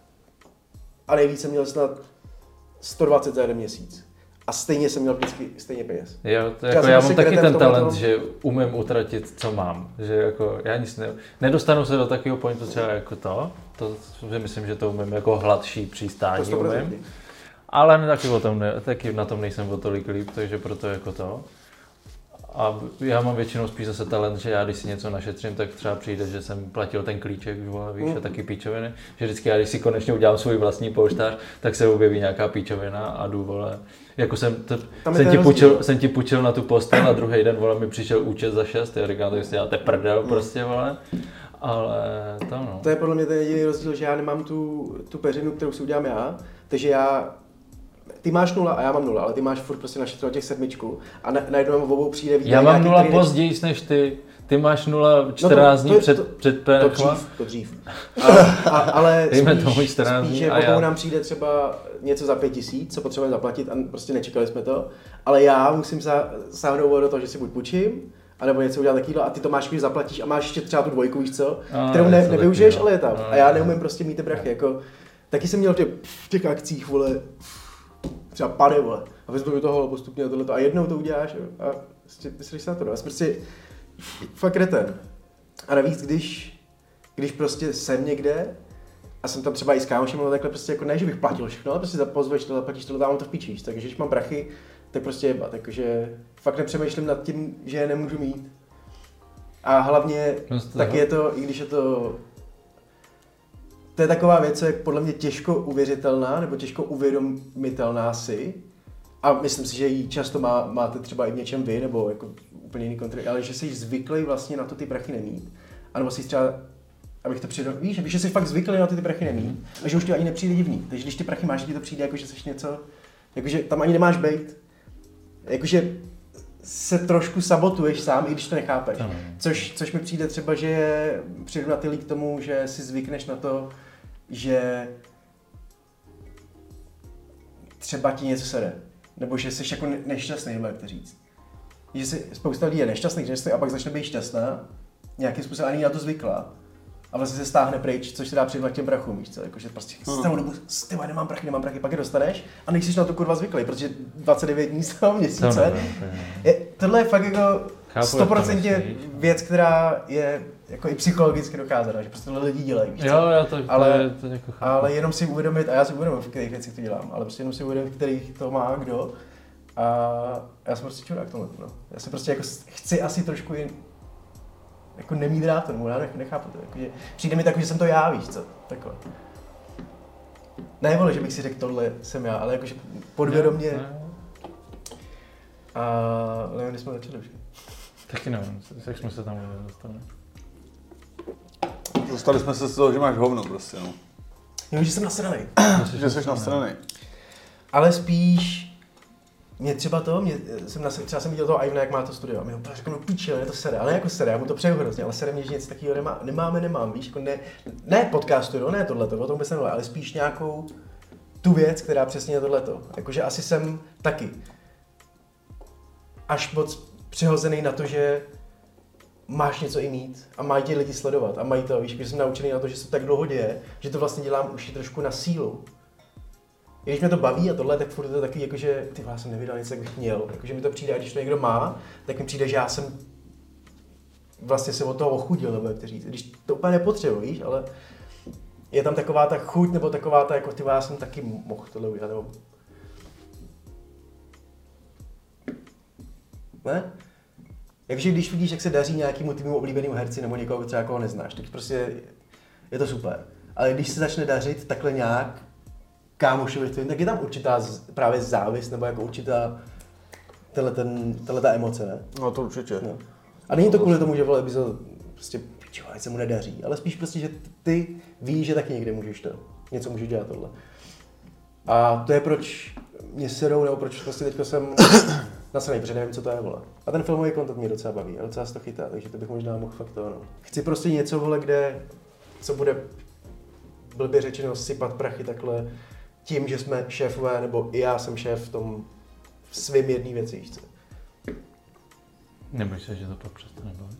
a nejvíc jsem měl snad sto dvacet za jeden měsíc. A stejně jsem měl vždycky stejně peněz. Jo, to jako já, já mám taky ten talent, tom... že umím utratit, co mám. Že jako já nic ne... Nedostanu se do takového pointu třeba jako to. To si myslím, že to umím jako hladší přistání to umím. Ale taky, o tom ne, taky na tom nejsem o tolik líp, takže proto jako to. A já mám většinou spíš zase talent, že já když si něco našetřím, tak třeba přijde, že jsem platil ten klíček, vole, víš, a taky píčoviny. Že vždycky já, když si konečně udělám svůj vlastní polštář, tak se objeví nějaká píčovina a jdu, vole. Jako jsem, to, jsem, ti půjčil, jsem ti půjčil na tu postel a druhý den, vole, mi přišel účet za šest, já říkám, tak si děláte prdel prostě, vole. Ale to no. To je podle mě ten jediný rozdíl, že já nemám tu, tu peřinu, kterou si udělám já, takže já ty máš nula a já mám nula, ale ty máš furt prostě našetřeno těch sedmičku a na, najednou mám obou přijde výdaj. Já mám nějaký, nula později než ty, ty máš nula čtrnáct dní no před, to, před to dřív, to dřív. A, a, ale spíš, spíš že obou nám přijde třeba něco za pět tisíc, co potřebujeme zaplatit a prostě nečekali jsme to, ale já musím sáhnout do toho, že si buď půjčím, anebo něco udělat takovýhle a ty to máš, když zaplatíš a máš ještě třeba tu dvojku, víš co, a, kterou ne, nevyužiješ, ale je tam. A, a já neumím prostě mít ty prachy, jako, taky jsem měl v těch, v těch akcích, vole, třeba pady, vole, a vezmu do toho postupně tohleto a jednou to uděláš a myslíš se na to, no, já jsem prostě fakt kretén. A navíc, když, když prostě jsem někde a jsem tam třeba i s kámošem, no takhle prostě jako ne, že bych platil všechno, ale prostě pozveš to, zaplatíš to, dávám to v pičíš, takže když mám prachy, tak prostě jeba, takže fakt nepřemýšlím nad tím, že je nemůžu mít. A hlavně no tak je to, i když je to, to je taková věc, jak podle mě těžko uvěřitelná, nebo těžko uvědomitelná si. A myslím si, že ji často má, máte třeba i v něčem vy, nebo jako úplně jiný kontrol, ale že jsi zvyklý vlastně na to ty prachy nemít. A nebo si třeba, abych to přidal, víš, že jsi fakt zvyklý na to ty prachy nemít. A že už ti ani nepřijde divný. Takže když ty prachy máš, ti to přijde jako, že jsi něco, jakože tam ani nemáš bejt. Jakože se trošku sabotuješ sám, i když to nechápeš. Což, což mi přijde třeba, že přirovnatelný k tomu, že si zvykneš na to, že třeba ti něco sere. Nebo že jsi jako nešťastný, nebo jak to říct. Že si spousta lidí je nešťastných, že a pak začne být šťastná, nějakým způsobem ani na to zvyklá. a vlastně se stáhne pryč, což se dá přidat k těm prachům, víš co, jakože prostě s celou dobu, s tyma nemám prachy, nemám prachy, pak je dostaneš a nejsi na to kurva zvyklý, protože dvacet devět dní z toho měsíce, je, tohle je fakt jako sto procent věc, která je jako i psychologicky dokázaná, že prostě tohle lidi dělají, víš co? Jo, já to, ale, to, to jako ale jenom si uvědomit, a já si uvědomím, v kterých věcích to dělám, ale prostě jenom si uvědomit, v kterých to má kdo. A já jsem prostě čurák tohle, no. Já si prostě jako chci asi trošku jen, jako nemít rád to, nebo já nechápu to, jako, že přijde mi tak, že jsem to já, víš co, takhle. Ne, vole, že bych si řekl, tohle jsem já, ale jakože podvědomě. A nevím, kdy jsme začali už. Taky nevím, jak jsme se tam dostali. Dostali jsme se z toho, že máš hovno prostě, no. Jo, že jsem nasranej. Že jsi nasranej. Ale spíš, mě třeba to, mě, jsem nasranej, třeba jsem viděl toho Ivana, jak má to studio a mi ho řekl, no píče, je to sere, ale ne jako sere, já mu to přeju hrozně, ale sere mě, že něco takového nemá, nemáme, nemám, víš, jako ne, ne podcastu, no, ne tohleto, o tom by se nemluvil, ale spíš nějakou tu věc, která přesně je tohleto. Jakože asi jsem taky až moc přihozený na to, že máš něco i mít a mají tě lidi sledovat a mají to, víš, že jsem naučený na to, že se tak dlouho děje, že to vlastně dělám už trošku na sílu. I když mě to baví a tohle, tak furt je to taky jakože, ty já jsem nevydal nic, jak bych měl, jakože mi to přijde, a když to někdo má, tak mi přijde, že já jsem vlastně se od toho ochudil, nebo jak to říct, když to úplně nepotřebuji, víš, ale je tam taková ta chuť, nebo taková ta, jako ty já jsem taky mohl tohle udělat, nebo... Ne? Jakže když vidíš, jak se daří nějakému týmu oblíbenému herci nebo někoho, třeba koho neznáš, tak prostě je to super. Ale když se začne dařit takhle nějak kámošovi tvým, tak je tam určitá z, právě závist nebo jako určitá tenhle, ten, tenhle ta emoce, ne? No to určitě. No. A není to kvůli tomu, že vole, by se prostě, pičo, se mu nedaří, ale spíš prostě, že ty víš, že taky někde můžeš to, něco můžeš dělat tohle. A to je proč mě serou, nebo proč prostě teďko jsem nasranej, protože nevím, co to je, vole. A ten filmový content mě docela baví, a docela se to chytá, takže to bych možná mohl fakt to, no. Chci prostě něco, vole, kde, co bude blbě řečeno sypat prachy takhle tím, že jsme šéfové, nebo i já jsem šéf v tom svým jedný věci, víš co. Nebojíš se, že to pak přestane bavit?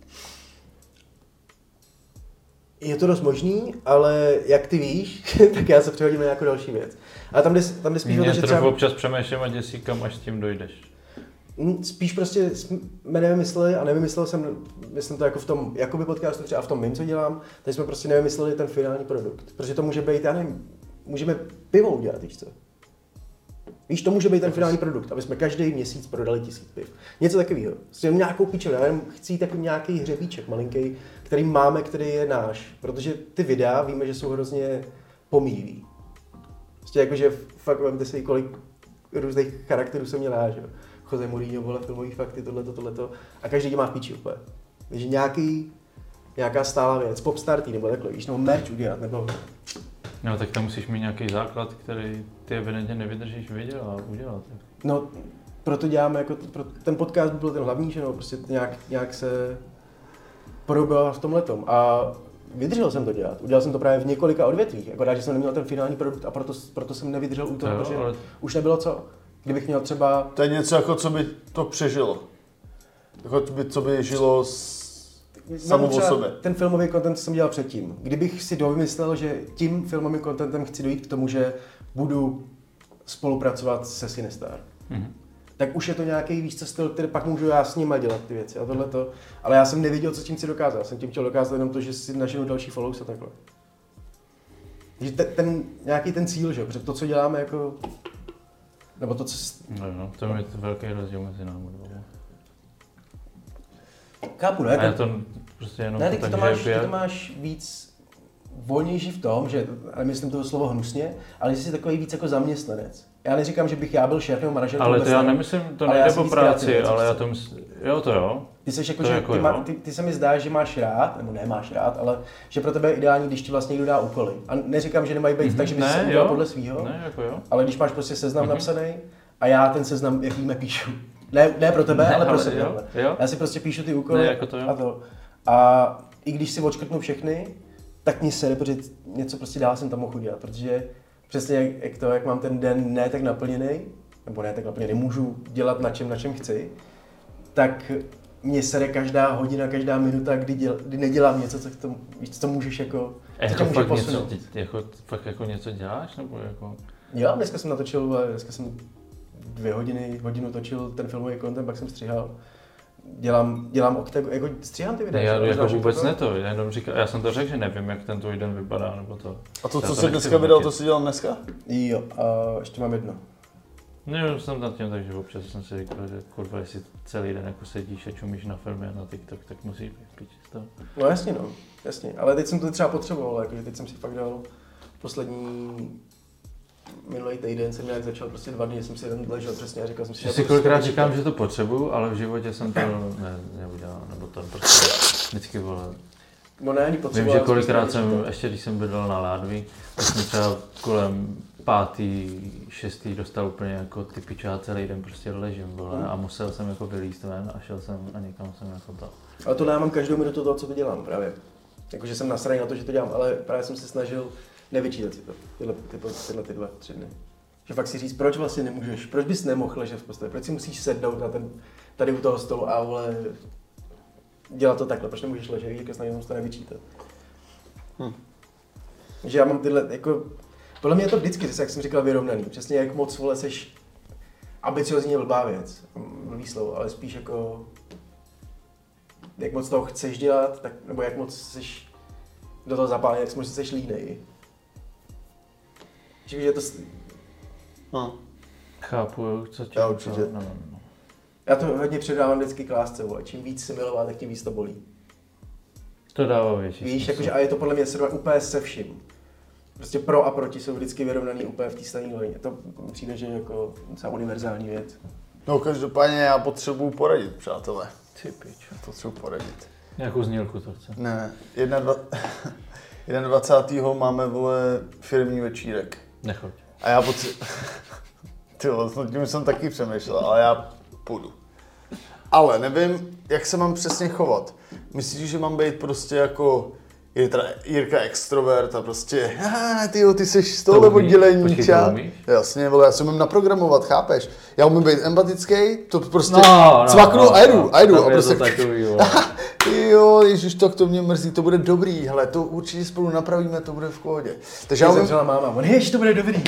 Je to dost možný, ale jak ty víš, tak já se přehodím na nějakou další věc. A tam jde, tam jde spíš o to, že třeba... občas přemýšlím a děsí, kam až s tím dojdeš. Spíš prostě jsme nevymysleli a nevymyslel jsem, myslím to jako v tom jakoby podcastu, třeba v tom mým, co dělám, tak jsme prostě nevymysleli ten finální produkt. Protože to může být, já nevím, můžeme pivo udělat, víš co? Víš, to může být ten finální produkt, aby jsme každý měsíc prodali tisíc piv. Něco takového. S nějakou píčou, já nevím, chci takový nějaký hřebíček malinký, který máme, který je náš. Protože ty videa víme, že jsou hrozně pomíjivý. Prostě jakože fakt vemte si, kolik různých charakterů jsem měl já, že jo. Jose Mourinho, vole, filmový fakty, tohleto, tohleto. A každý má v píči úplně. Takže nějaký, nějaká stálá věc, popstartý nebo takhle, víš, nebo merch udělat, nebo... No tak tam musíš mít nějaký základ, který ty evidentně nevydržíš vidět a udělat. No, proto děláme jako, pro, ten podcast byl ten hlavní, že no, prostě nějak, nějak se podobal v tomhletom. A vydržel jsem to dělat, udělal jsem to právě v několika odvětvích, akorát, že jsem neměl ten finální produkt a proto, proto jsem nevydržel u toho, protože ale... už nebylo co. Kdybych měl třeba... To je něco jako, co by to přežilo. Jako, co by žilo s... samo o sobě. Ten filmový content jsem dělal předtím. Kdybych si dovymyslel, že tím filmovým contentem chci dojít k tomu, že budu spolupracovat se Sinestar, mm-hmm. tak už je to nějaký víc styl, který pak můžu já s nima dělat ty věci a tohleto. Ale já jsem nevěděl, co tím chci dokázat. Já jsem tím chtěl dokázat jenom to, že si naženu další follows a takhle. Takže ten, ten nějaký ten cíl, že? Protože to, co děláme jako... Nebo to, co... No, no, to je velký rozdíl mezi námi. Chápu, ne? A já to prostě jenom ne, to tak tak, to máš, že ty to máš víc volnější v tom, že, ale myslím toho slovo hnusně, ale jsi takový víc jako zaměstnanec. Já neříkám, že bych já byl šéf nebo manažer. Ale to já nemyslím, to nejde po práci, ale já to myslím, jo to jo. Ty seš jako, že jako ty, má, ty, ty se mi zdá, že máš rád, nebo nemáš rád, ale že pro tebe je ideální, když ti vlastně někdo dá úkoly. A neříkám, že nemají být mm-hmm. tak, že bys se udělal podle svýho, ne, jako jo. Ale když máš prostě seznam mm-hmm. napsaný a já ten seznam, jak víme, píšu. Ne, ne pro tebe, ne, ale pro sebe. Jo, jo. Já si prostě píšu ty úkoly ne, jako to, a to. A i když si odškrtnu všechny, tak mě sere, protože něco prostě dál jsem tam mohl udělat, protože přesně jak, jak to, jak mám ten den ne tak naplněný, nebo ne tak naplněný, můžu dělat na čem, na čem chci, tak mě sere každá hodina, každá minuta, kdy, děl, kdy nedělám něco, co, k tomu, co můžeš jako, co Jako tě může fakt, posunout. něco, jako, fakt jako něco děláš, nebo jako... Jo, dneska jsem natočil, dneska jsem dvě hodiny, hodinu točil ten filmový content, pak jsem stříhal. Dělám, dělám oktagon, jako stříhám ty videa. Ne, já že? jako Znáš vůbec oktagon? ne to, já, jenom říkal, já jsem to řekl, že nevím, jak ten tvůj den vypadá, nebo to. A to, Já co to jsi nechci dneska vydal, to hodnotit. jsi dělal dneska? Jo, a ještě mám jedno. Ne, jsem nad tím, takže občas jsem si říkal, že kurva, jestli celý den jako sedíš a čumíš na filmy a na TikTok, tak musíš být v piči z toho. No jasně no, jasně, ale teď jsem to třeba potřeboval, jakože teď jsem si fakt dal poslední minulý týden jsem nějak začal prostě dva dny, jsem si jeden ležel přesně a říkal jsem si, Já si kolikrát říkám, že to potřebuju, ale v životě jsem to ne, neudělal, nebo to prostě vždycky vole. No ne, ani Vím, potřeboval. že kolikrát jsem, ještě když jsem bydlel na Ládví, tak jsem třeba kolem pátý, šestý dostal úplně jako ty pičá celý den prostě ležím, vole, a musel jsem jako vylízt ven a šel jsem a někam jsem jako to. Ale to dávám každou minutu toho, co to dělám právě. Jakože jsem nasraný na to, že to dělám, ale právě jsem se snažil nevyčítat si to, tyhle, tyhle, tyhle ty dva, tři dny. Že fakt si říct, proč vlastně nemůžeš, proč bys nemohl ležet v posteli, proč si musíš sednout na ten, tady u toho stolu a vole, dělat to takhle, proč nemůžeš ležet, jako snažím se to nevyčítat. Hm. Že já mám tyhle, jako, podle mě je to vždycky, jak jsem říkal, vyrovnaný, přesně jak moc vole seš ambiciozní blbá věc, blbý slovo, ale spíš jako, jak moc toho chceš dělat, tak, nebo jak moc seš do toho zapálený, jak moc seš línej. Že je to... No. Chápu, co tě... Já určitě. No, no, no. Já to hodně předávám vždycky k lásce, vole. Čím víc si milová, tak tím víc to bolí. To dává větší Víš, smysl. jakože, a je to podle mě srovnat úplně se vším. Prostě pro a proti jsou vždycky vyrovnaný úplně v té stejné rovině. To přijde, že je jako docela univerzální věc. No každopádně já potřebuju poradit, přátelé. Ty pičo. Potřebuju poradit. Nějakou znělku to chce. Ne, jednadvacátého máme, vole, firmní večírek. Nechoď. A já potřebuji... Ty vole, nad tím jsem taky přemýšlel, ale já půjdu. Ale nevím, jak se mám přesně chovat. Myslíš, že mám být prostě jako Jirka, Jirka extrovert a prostě ah, tyjo, ty seš z tohohle oddělení, Počkej, ča. to umíš? Jasně, vole, já se umím naprogramovat, chápeš? Já umím být empatický, to prostě No, no, cvaknu no, a jedu, no, a jedu. tam A je prostě to takový, vole. jo, ježiš, tak to mě mrzí, to bude dobrý, hele, to určitě spolu napravíme, to bude v pohodě. Takže já umím, Zemřela máma, on jež to bude dobrý.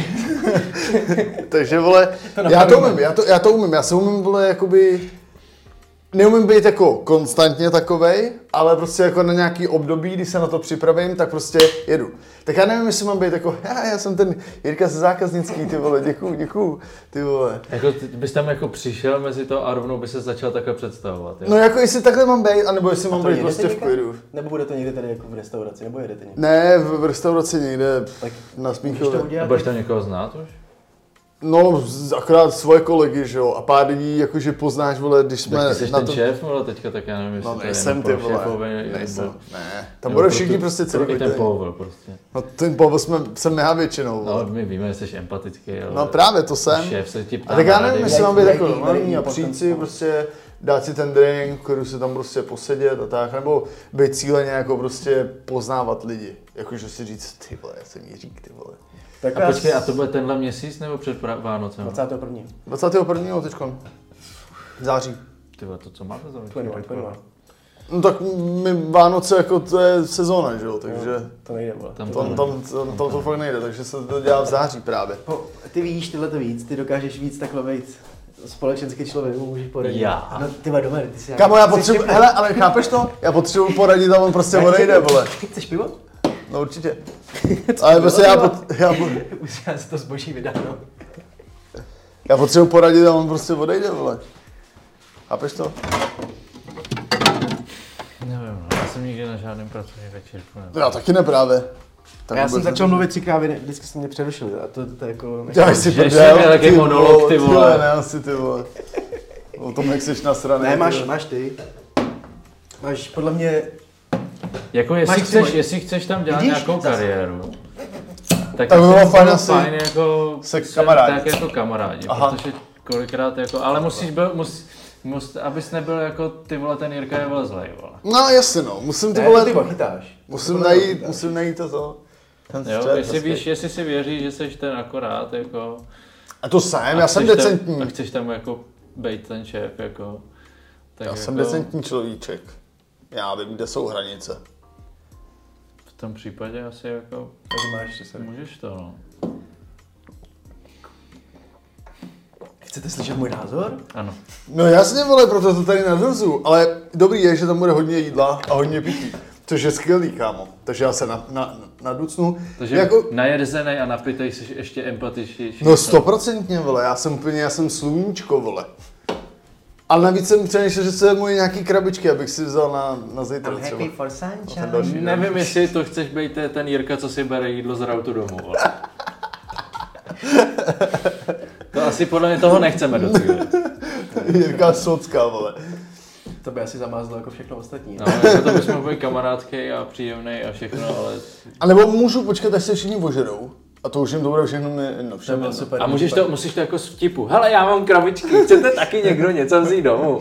takže vole, To já to napravíme. umím, já to, já to umím, já se umím, vole, jakoby, neumím být jako konstantně takovej, ale prostě jako na nějaký období, kdy se na to připravím, tak prostě jedu. Tak já nevím, jestli mám být jako, já, já jsem ten Jirka ze zákaznický, ty vole, děkuju, děkuju, ty vole. Jako ty bys tam jako přišel mezi to a rovnou by se začal takhle představovat, jo? No jako jestli takhle mám být, anebo jestli A mám to být jedete prostě v někam? klidu. Nebo bude to někde tady jako v restauraci, nebo jedete někde? Ne, v, v restauraci někde Tak na můžeš to Smíchově. A udělat? budeš tam někoho znát už? No, z- akorát svoje kolegy, že jo, a pár lidí, jakože poznáš, vole, když jsme Tak ty jsi na ten to... šéf, vole, teďka, tak já nevím, jestli No to je nejsem, jenom ty pro vole, šéfové, nejsem, nebo- ne. Tam nebo budou pro všichni tu- prostě pro celý i ten den. pohovor prostě. No ten povo jsme, jsem já většinou, No, vole. my víme, že jsi empatický, ale No právě, to jsem. šéf se ti ptá A tak já na nevím, rady. jestli mám být Jak- jako jaký normální tady a potom- přijít si prostě dát si ten drink, který si tam prostě posedět a tak, nebo být cíleně jako prostě poznávat lidi. Jakože si říct, ty vole, já jsem Jiřík, ty vole. Tak A počkej, a to bude tenhle měsíc nebo před pra- Vánocem? dvacátého prvního dvacátého prvního teďkon. Září. Ty vole, to co máte za večer? dvacátého prvního No tak my Vánoce jako to je sezóna, že jo, takže To nejde, vole. Tam- tam, tam, tam, tam to fakt nejde, takže se to dělá v září právě. Po, ty víš tyhle to víc, ty dokážeš víc takhle být společenský člověk, mu můžeš poradit. Já? No ty vole, Domen, ty si Kámo, já jsi potřebuji, vtipný. hele, ale chápeš to? Já potřebuji poradit a on prostě Já odejde, chci- vole. Chceš pivo? No určitě. Ale prostě já, pot, já, pot, Už já si to zboží vydáno. já potřebuji poradit a on prostě odejde, vole. Chápeš to? Nevím, no, já jsem nikdy na žádném pracovním večírku nebyl. Já taky ne právě. Tak Já jsem vůbec začal ne. mluvit třikrát, vy ne- vždycky jste mě přerušili a to, to jako... Děláš si Že jsi prdel, měl jaký ty monolog, ty vole. Ne, asi ty vole. O tom, jak jsi nasraný. Ne, máš, ty vole. máš ty. Máš podle mě... Jako jestli Máš chceš, třeba- jestli chceš tam dělat Vidíš? nějakou Zas- kariéru, tak, Tak by bylo asi fajn bylo asi fajn jako se se- kamarádit. Tak jako kamarádi, Aha. protože kolikrát jako, ale musíš byl, mus, mus, abys nebyl jako ty vole, ten Jirka je vole zlej, vole. No jasně no, musím ty Ne, vole, ty ho chytáš. musím Podle mě ho najít, chytáš. musím najít to to. Ten Jo, střed jestli prostě. víš, jestli si věříš, že jsi ten akorát, jako... A to jsem, a já jsem chceš decentní. Tam, a chceš tam jako být ten šéf, jako... Tak Já jako jsem decentní človíček. Já vím, kde jsou hranice. v tom případě asi jako Takže máš ještě se. můžeš to, no. Chcete slyšet můj názor? Ano. No jasně, vole, proto to tady nadrzu, ale dobrý je, že tam bude hodně jídla a hodně pití. Což je skvělý, kámo. Takže já se na, na, naducnu. Takže jako, jako... najedzenej a napitej jsi ještě empatičtější. no stoprocentně, vole, já jsem úplně, já jsem sluníčko, vole. Ale navíc jsem přemýšlel, že se moje nějaký krabičky, abych si vzal na, na zítra třeba. for sunshine. další den. Nevím, jestli to chceš být ten Jirka, co si bere jídlo z rautu domů, vole. To asi podle mě toho nechceme docílit. Jirka Socka, vole. To by asi zamázlo jako všechno ostatní. No, jako to bychom byli kamarádský a příjemný a všechno, ale... A nebo můžu počkat, až se všichni ožerou. A to už jim to bude všechno jedno. To bylo super. A můžeš to, musíš to jako z vtipu. Hele, já mám krabičky, chcete taky někdo něco vzít domů?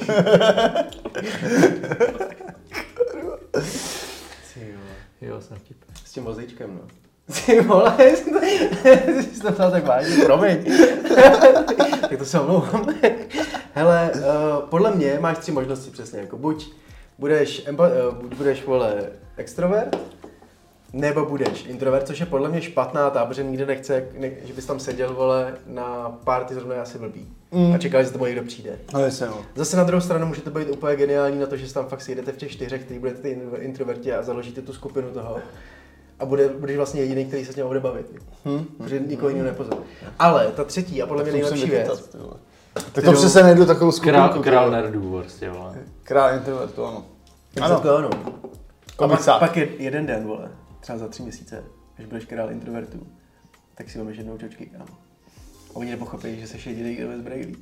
Jo, jsem vtip. S tím vozíčkem, no. Ty vole, jsi to psal tak vážně, promiň. Tak to se omlouvám. Hele, uh, podle mě máš tři možnosti přesně, jako buď budeš, empa- uh, buď budeš, vole, extrovert, nebo budeš introvert, což je podle mě špatná ta, protože nikdo nechce, ne, že bys tam seděl, vole, na party zrovna je asi blbý. Mm. A čekal, že z toho někdo přijde. No jasně, no. Zase na druhou stranu může to být úplně geniální na to, že se tam fakt sejdete v těch čtyřech, který budete ty introverti a založíte tu skupinu toho. A bude, budeš vlastně jediný, který se s ním bude bavit. Hmm. Protože nikoho jiného nepozná. Ale ta třetí a podle mě nejlepší věc. Tak to přesně najdu takovou skupinku. Král, král nerdů, prostě, vole. Král introvertu, ano. Ano. ano. A pak, Komicák. pak je jeden den, vole, třeba za tři měsíce, až budeš král introvertů, tak si vemeš jednou čočky, kámo. A oni nepochopí, že jsi jediný, kdo bez brejlí.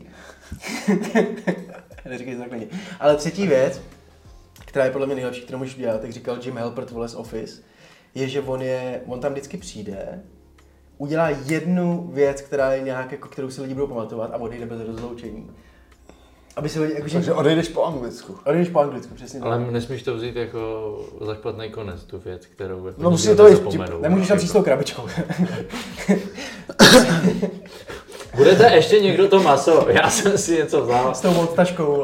Neříkej to takhle. Ale třetí věc, která je podle mě nejlepší, kterou můžeš dělat, jak říkal Jim Halpert, vole, z Office, je, že on, je, on tam vždycky přijde, udělá jednu věc, která je nějak, jako, kterou si lidi budou pamatovat a odejde bez rozloučení. Aby se lidi, jakože... Takže odejdeš po anglicku. Odejdeš po anglicku, přesně. Ale nesmíš to vzít jako za špatný konec, tu věc, kterou jako no musí to být, nemůžeš tam přijít s tou krabičkou. Budete ještě někdo to maso? Já jsem si něco vzal. S tou odtažkou.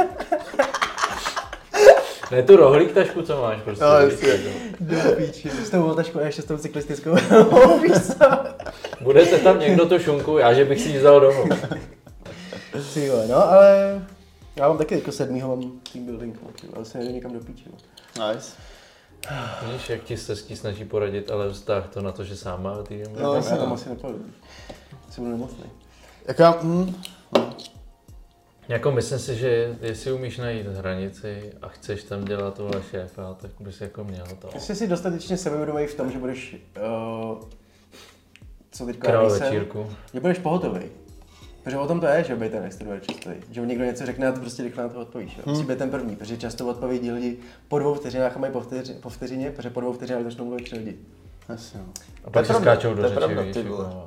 Ne, tu rohlík tašku, co máš prostě. No, jasně. Do píči. S tou odtažkou a ještě s tou cyklistickou. Budete tam někdo tu šunku, já že bych si ji vzal domů. Si jo, no ale já mám taky jako sedmýho mám team building, ale se nejde někam do píči. No. Nice. Víš, jak ti se snaží poradit, ale vztah to na to, že sám má tým. No, já jsem tam asi nepovedu. Jsem byl nemocný. Jaká, hm, Jako myslím si, že jestli umíš najít hranici a chceš tam dělat tohle šéfa, tak bys jako měl to. Jestli jsi dostatečně sebevědomý v tom, že budeš, uh, co teďka Král nejsem, večírku. že budeš pohotový. Protože o tom to je, že být ten extrovert čistý. Že někdo něco řekne a ty prostě rychle na to odpovíš. Jo? Musí být ten první, protože často odpovědí lidi po dvou vteřinách a mají po, vteři, po vteřině, protože po dvou vteřinách začnou mluvit tři lidi. jasně. A pak si pravda, skáčou do to je řeči, pravda, víš, ty vole. jako.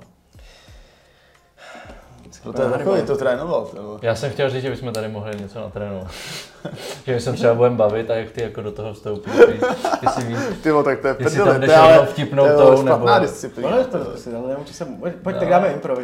No to je takový, to trénoval, nebo? Já jsem chtěl říct, že bychom tady mohli něco natrénovat. Že my se třeba budeme bavit a jak ty jako do toho vstoupíš, ty si víš, Tyvo, tak to je jestli prdele, tam jdeš to je ale- rovnou vtipnou to je tou, ale nebo... špatná disciplína. Ale to prostě, ale nemůžu se, pojď, No. tak dáme impro.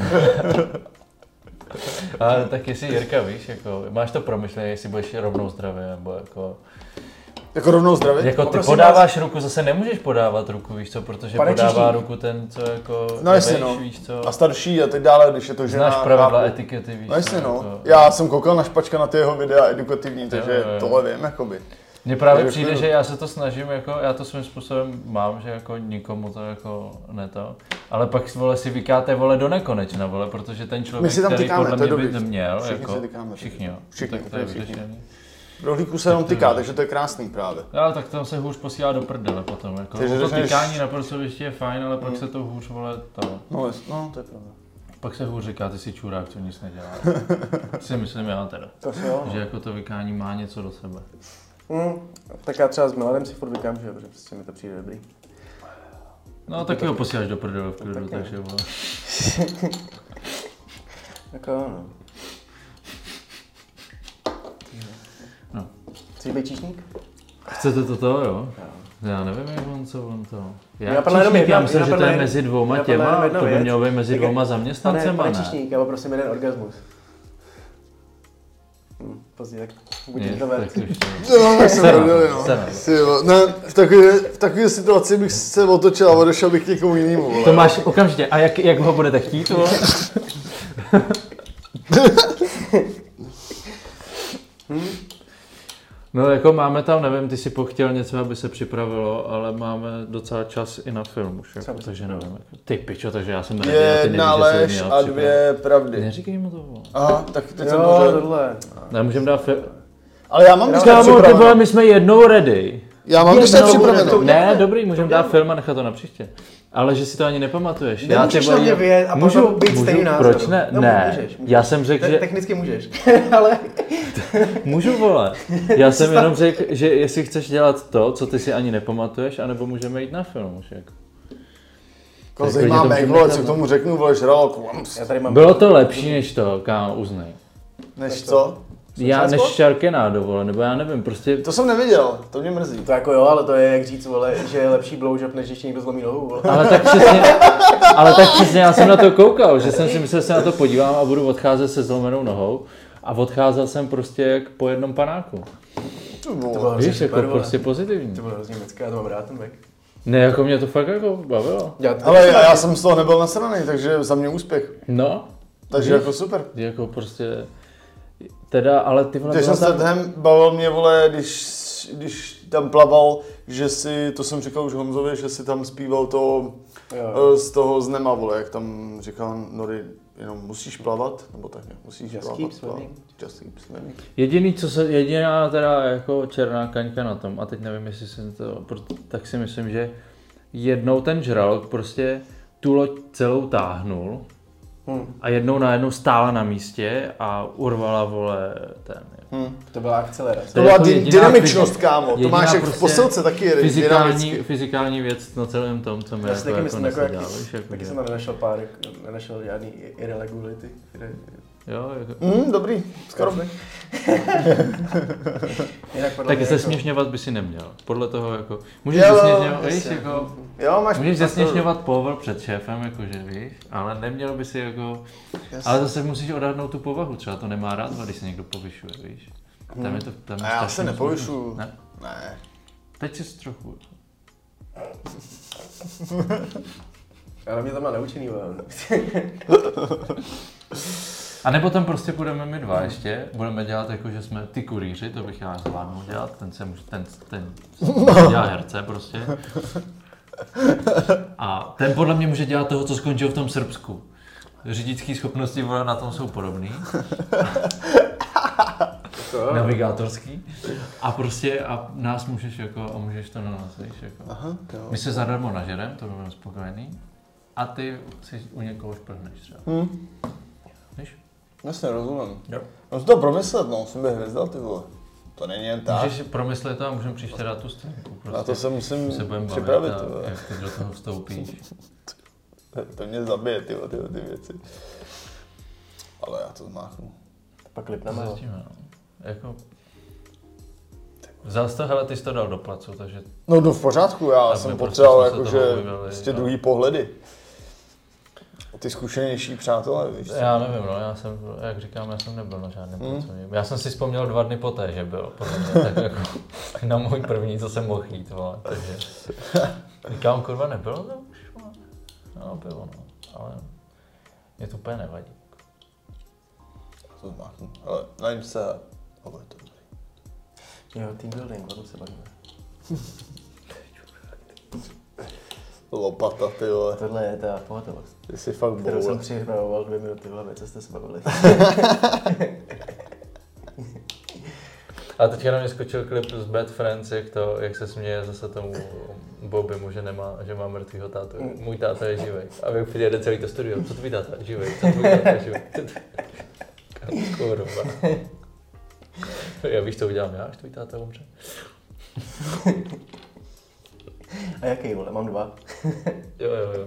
Ale tak jestli Jirka, víš, jako, máš to promyšlené, jestli budeš rovnou zdravý, nebo jako... Jako rovnou zdravit? Jako ty Poprosím podáváš ruku, zase nemůžeš podávat ruku, víš co, protože Pane podává Čižník. ruku ten, co jako No jasně, nebejš, no. víš co. A starší a tak dále, když je to žena. Znáš pravidla chápu. etikety, víš No jasně, co, no. jako- Já jsem koukal na špačka na ty jeho videa edukativní, takže jo, jo. tohle vím, jakoby. Mně právě Takže přijde, klidu. že já se to snažím, jako, já to svým způsobem mám, že jako nikomu to jako ne to, ale pak vole si vykáte vole do nekonečna, vole, protože ten My člověk, si tam který tykáme, podle to je mě by dobrý. neměl, Všichni jako, si tykáme. všichni jo, Všichni, tak to je všichni. vyřešený. Rohlíku se jenom tyká, takže to je krásný právě. Ale tak tam se hůř posílá do prdele potom, jako, Takže to řekneš- tykání na pracovišti je fajn, ale pak se to hůř, vole, to, No, jest- no to je pravda. pak se hůř říká, ty jsi čurák, co nic nedělá. Si myslím já teda, To se jo. že jako to vykání má něco do sebe. Mm, tak já třeba s Milanem si furt vykám, že jo, protože prostě mi to přijde dobrý. No taky ho posíláš do prdele v klidu, taky. takže vole. Tak jo, no. No. Chceš být číšník? Chcete to to, jo? Já nevím, jak on co on to. Mě Já, napadla jenom číšník, jedna- já myslím, mě že to je napadla mezi dvouma mě napadla těma, jenom jedna to by věc. mělo být mezi Tak- dvouma Pane, zaměstnancema, pane ne? číšník, já poprosím jeden orgasmus. Hm, pozdě, tak buď Nic, introvert. tak ještě. No, tak jsem Sena, prdeli, no. Sena. Ty jo, ne, v takové, v takové situaci bych se otočil a odešel bych k někomu jinému. vole. To máš okamžitě. A jak, jak ho budete chtít, vole? No jako máme tam, nevím, ty si pochtěl něco, aby se připravilo, ale máme docela čas i na film už, jako, takže nevím. Jako, ty pičo, takže já jsem nevěděl, ty Jedna nevíš, že lež jsem a měl dvě pravdy. Neříkej mu to, vole. Aha, tak teď jsem Jo, to tohle. Nemůžeme dát film. Ale já mám když tak Kámo, ty vole, připraveno. my jsme jednou ready. Já mám když tak Jednou připraveno. bude Ne, dobrý, můžeme dát film a nechat to na příště. Ale že si to ani nepamatuješ. Já Nemůžeš ty na vole, mě vyjet a můžu, potom být můžu, stejný názor. proč ne? No, ne, můžeš, můžeš. já jsem řekl, Te- že Technicky můžeš, ale můžu, vole. Já jsem jenom řekl, že jestli chceš dělat to, co ty si ani nepamatuješ, anebo můžeme jít na film už jako. Koho Tak zajímá to Meg, můžeme vole, nechat, co k no. tomu řeknu, vole, žralok. já tady mám... Bylo to lepší než to, kámo, uznej. Než co? Já než Sharknado? Sharknado, vole, nebo já nevím, prostě To jsem neviděl, to mě mrzí. To jako jo, ale to je jak říct, vole, že je lepší blowjob, než když někdo zlomí nohu, vole. ale tak přesně, ale tak přesně já jsem na to koukal, že jsem si myslel, že se na to podívám a budu odcházet se zlomenou nohou a odcházel jsem prostě jak po jednom panáku. To To bylo. bylo hrozně Víš, jako super, vole. prostě pozitivní. To bylo hrozně mecké, já to mám rád, ten back. Ne, jako mě to fakt jako bavilo. Já to Ale já, já jsem z toho nebyl nasraný, takže za mě úspěch. No, Takže Víš? jako super. jako prostě, teda, ale ty vole, Když bylo jsem tam, Statham bavil mě, vole, když, když tam plaval, že si, to jsem říkal už Honzovi, že si tam zpíval to Jo. eh, z toho z Nema, vole, jak tam říkal Nori, jenom musíš plavat, nebo tak nějak, musíš Just plavat, keep plavat. swimming. Just keep swimming. jediný, co se, jediná teda jako černá kaňka na tom, a teď nevím, jestli jsem to, proto- tak si myslím, že jednou ten žralok prostě tu loď celou táhnul Hm. a jednou najednou stála na místě a urvala, vole, ten. Hm. To byla akcelerace. To byla jako dy- jediná dynamičnost, fyzi- kámo, to jediná máš jak v prostě posilce taky je Fyzikální, dynamický. fyzikální věc na celém tom, co mi Já jako, si taky jako myslím, jako, nesedá, jak, víš, jako, taky že- jsem tam nenašel pár, nenašel žádný irregulity. Jo, jako, Hm, dobrý, skoro. Jinak podle taky mě se jako- směšňovat by si neměl, podle toho jako, můžeš Jo, zesměšňovat, víš, jasně. jako, Jo, máš můžeš máš zesměšňovat povel před šéfem, jakože víš, ale neměl by si jako, Jasně. ale zase musíš odhadnout tu povahu, třeba to nemá rád, když se někdo povyšuje, víš. Tam je to, tam je A já strašně se moc nepovyšuju. možností. Ne, Ne. teď si trochu. Ale mě to má naučený, vole. A nebo tam prostě budeme my dva ještě, budeme dělat jako, že jsme ty kurýři, to bych já zvládnul dělat, ten se může, ten, ten dělá herce prostě. A ten podle mě může dělat toho, co skončil v tom Srbsku. Řidičské schopnosti, vole, na tom jsou podobný. Navigátorský. A prostě a nás můžeš jako, a můžeš to na nás, víš, jako. Aha, jo. My se zadarmo nažerem, to budeme spokojený. A ty si u někoho šprhneš třeba. Hm, Víš? jasně, rozumím. Jo. Musím to promyslet, no, jsem bych hvězdal, ty vole. To není jen tak. Můžeš si promyslet to a můžeme příště dát tu stránku. Prostě. Na to se musím se budeme bavit připravit, a ty vole. jak ty do toho vstoupíš. To mě zabije, ty vole, tyhle ty věci. Ale já to zmáchnu. Pak lipneme, jo. Zjistíme, no. Jako... Vzal jsi to, hele, ty jsi to dal do placu, takže No, no v pořádku, já Tak jsem my prostě potřeboval jsme se jakože toho bavili, prostě jo. druhý pohledy. Ty zkušenější přátelé, víš co? já nevím, no, já jsem, jak říkám, já jsem nebyl na žádném Hmm. pracovním. Já jsem si vzpomněl dva dny poté, že byl, podle mě, tak jako na můj první, co jsem mohl jít, vole, takže říkám, kurva, nebylo to už, vole? No, bylo, no, ale mě to úplně nevadí. To zmáchnu. Ale najím se, ale je to dobrý. Jo, team building, o tom se bavíme. Lopata, ty vole. Tohle je ta pohotovost, Ty jsi fakt kterou jsem boule. připravoval dvě minuty v hlavě, co jste se bavili. A teďka na mě skočil klip z Bad Friends, jak, to, jak se směje zase tomu Bobbymu, že, nemá, že má mrtvýho tátu. Můj táta je živej. A jak přijde celý to studio, co tvůj táta je živej, co tvůj táta je živej. Kurva. Já víš, co udělám já, až tvůj táta umře. A jaký, vole, mám dva. Jo, jo, jo.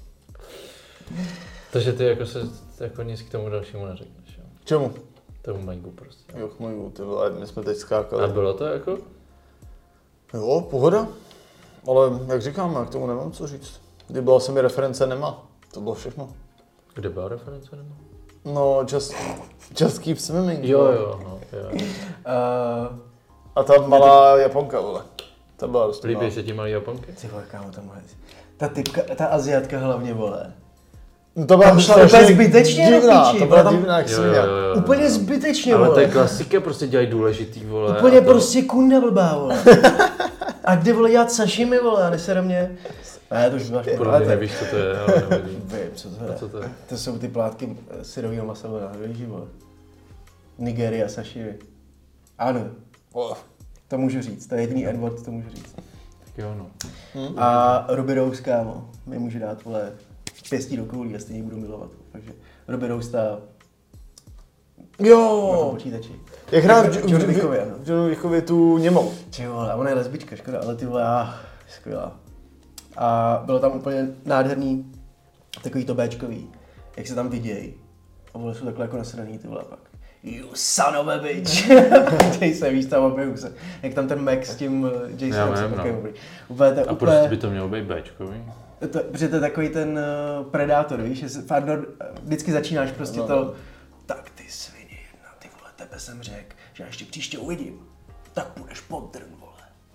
Takže ty jako se jako nic k tomu dalšímu neřekneš, jo. Čemu? Tomu Megu prostě. Jo, můj, ty vole, my jsme teď A skákali. bylo to jako? Jo, pohoda. Ale jak říkám, já k tomu nemám co říct. Kdy byla se mi reference Nema. To bylo všechno. Kde byla reference nebo? No, just, just keep swimming. Jo, jo, no, jo. Uh, A ta malá Japonka, vole. Ta byla dost Líbí se ti malý Japonky? Ty vole, kámo, tam je. Ta typka, ta Asiatka hlavně, vole. No to byla Tam šla strašně úplně zbytečně do divná, piči, to byla byla tam- divná, jak Jo, jsem jo, měl. jo, jo. Úplně zbytečně, Ale to vole. je klasika, prostě dělají důležitý, vole. Úplně a to- prostě kunda blbá, vole. A kde, vole, dělat sashimi, vole, a nesere mě. Ne, to už byla špatná. Podle mě nevíš, co to je, ale nevím. Vím, co to je. Co to je? To jsou ty plátky eh, syrového masa, vole, víš, vole. Nigeria, sashimi. Ano, Vole. to můžu říct, to je jediný N-word, to můžu říct. Tak jo, no. A Ruby Rose, kámo, mi může dát, vole, pěstí do koulí a stejně budu milovat. Takže Ruby Rose ta na tom Jo, počítači. jak hrát John- v John John Wickově, ano. John Wickově tu němou. Ty vole, a ona je lesbička, škoda, ale ty vole, ah, skvělá. A bylo tam úplně nádherný, takový to Bčkový, jak se tam vidějí. A vole jsou takhle jako nasraný, ty vole, pak. You son of a bitch. Děj se, víš, tam objevu se. Jak tam ten Mac s tím eh, Já Jasonem se vím, takový no. dobrý. Úplně, to, A úplně, proč by to mělo být Bčkový? to, protože to je takový ten uh, predátor, víš, že se, fakt, no, vždycky začínáš prostě No. to, tak ty svině jedna, ty vole, tebe jsem řekl, že já ještě příště uvidím, tak půjdeš pod drn, vole.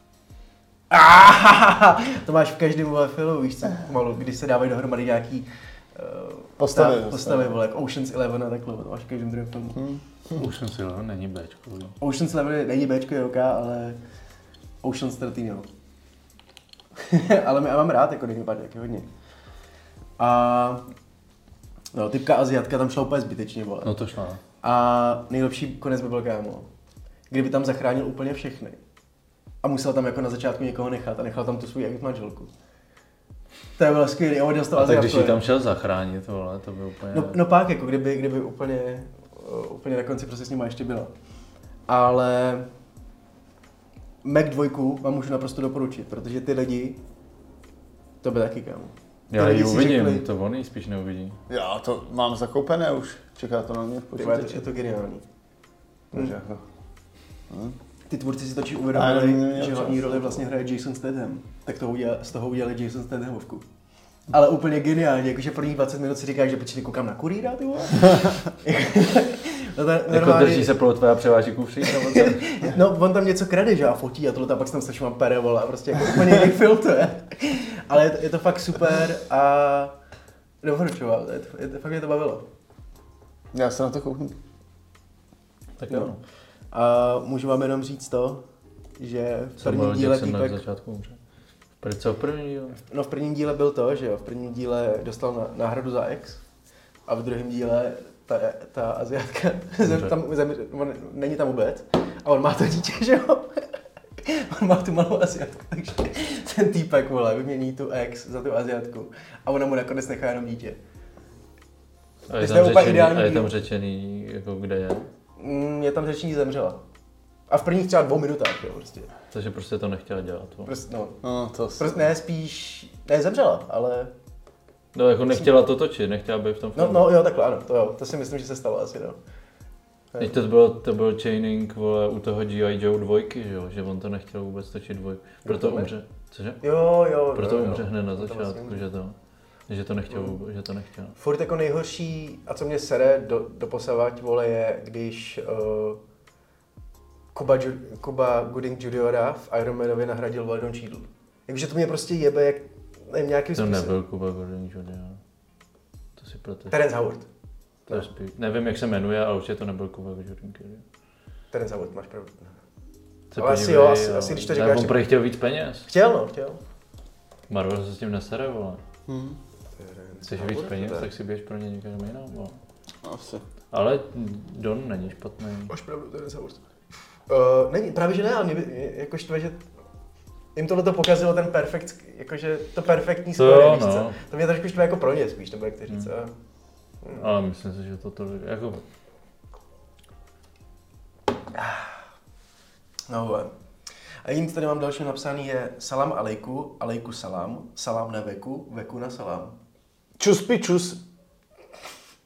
Ah, to máš v každém, vole, filmu, víš co, pomalu, když se dávají dohromady nějaký uh, Postavy, ta- postavy, vole, jak Ocean's Eleven a takhle, to máš v každém druhém filmu. Hmm. Už jsem si lehal, není Bčkový. Ocean's Eleven není Bčko, je OK, ale Ocean's třináct jo. Ale já mám rád, jako Danny Padek, hodně. A no, typka Asiatka tam šla úplně zbytečně, vole. No to šlo. A nejlepší konec by byl, kámo, kdyby tam zachránil úplně všechny. A musel tam jako na začátku někoho nechat a nechal tam tu svou manželku. To je bylo skvělé, a odjel z toho A tak když ji Asiatku. tam šel zachránit, vole, to by úplně... No, no pak, jako kdyby, kdyby úplně, uh, úplně na konci prostě s nima ještě byla. Ale Mac dva vám můžu naprosto doporučit, protože ty lidi, to by taky, kámo. Ty Já lidi ji si uvidím, řekli- to on ji spíš neuvidí. Já to mám zakoupené už, čeká to na mě v Ty vole, počítači. je to geniální. Takže jako. Hm. Ty tvůrci si točí Ale uvědomili, neměl že čas. hlavní roli vlastně hraje Jason Statham. Tak to udělali, z toho udělali Jason Stathamovku. Ale úplně geniálně, jakože prvních dvacet minut si říkáš, že počkej, koukám na kurýra, ty vole. No to Jako normálně- drží se plotvé a převáží kufřík, nebo co? No, on tam něco krade, že a fotí a tohle, a pak se tam strašně mám pere, vole, a prostě jako úplně jiný film to je. Ale je to, je to fakt super a doporučoval, je to, je to, fakt mě to bavilo. Já se na to kouknu. Tak No. jo. A můžu vám jenom říct to, že v prvním Samuel díle Jackson na týpek, začátku umře. Proč co v prvním díle? no v prvním díle byl to, že jo, v prvním díle dostal na, náhradu za ex a v druhém díle ta, ta Asiatka, zem, tam, zem, on není tam vůbec a on má to dítě, že jo. On má tu malou Asiatku, takže ten týpek, vole, vymění tu ex za tu Asiatku a ona mu nakonec nechá jenom dítě. A je Jste tam úplně řečený, ideální a je tam díl. řečený, jako kde je. Mm, je tam řečení zemřela. A v prvních třeba dvou minutách, jo, prostě. Takže prostě to nechtěla dělat. To. Prostě, no. No, to si... Prostě ne, spíš, ne, zemřela, ale, No jako nechtěla to točit, nechtěla být v tom no, filmu. no jo, takhle, ano, to jo, to si myslím, že se stalo asi, no. Teď to bylo, to byl chaining, vole, u toho G I. Joe dvojky, že jo, že on to nechtěl vůbec točit dvojku. Proto to ne? umře. Cože? Jo, jo, Proto jo, jo. umře hned na To vlastně začátku, umře. že to, že to nechtěl Mm. vůbec, že to nechtěl. Furt jako nejhorší, a co mě sere do, doposavať, vole, je, když uh, Kuba, Ju, Kuba Gooding juniora v Iron Manovi nahradil vole Don Cheadle. Jakože to mě prostě jebe, jak nevím, nějakým To způsobem. nebyl Cuba Gooding Junior To si proto. Terence Howard. To je spíš, nevím, jak se jmenuje, ale určitě to nebyl Cuba Gooding Junior Terence Howard, máš pravdu. Se Ale asi podívej, jo, asi- asi když to ne, říkáš, on tak- prý chtěl víc peněz. Chtěl, no, chtěl. Marvel se s tím nesere, vole. Hm. Chceš víc peněz, tak si běž pro ně někam jinam, vole. Asi. Ale Don není špatný. Máš pravdu, Terence Howard. Uh, není, právě že ne, ale mě by, jako štve, že jim tohle to pokazilo ten perfekt, jakože to perfektní To skóre, jo, víš co? no. To mě trošku štve jako pro ně spíš, nebo jak to říct. Hmm. Hmm. Ale myslím si, že to to jako... No, vole. A jím, co tady mám další napsaný je salam alejku, alejku salam, salam na veku, veku na salam. Čus pi čus.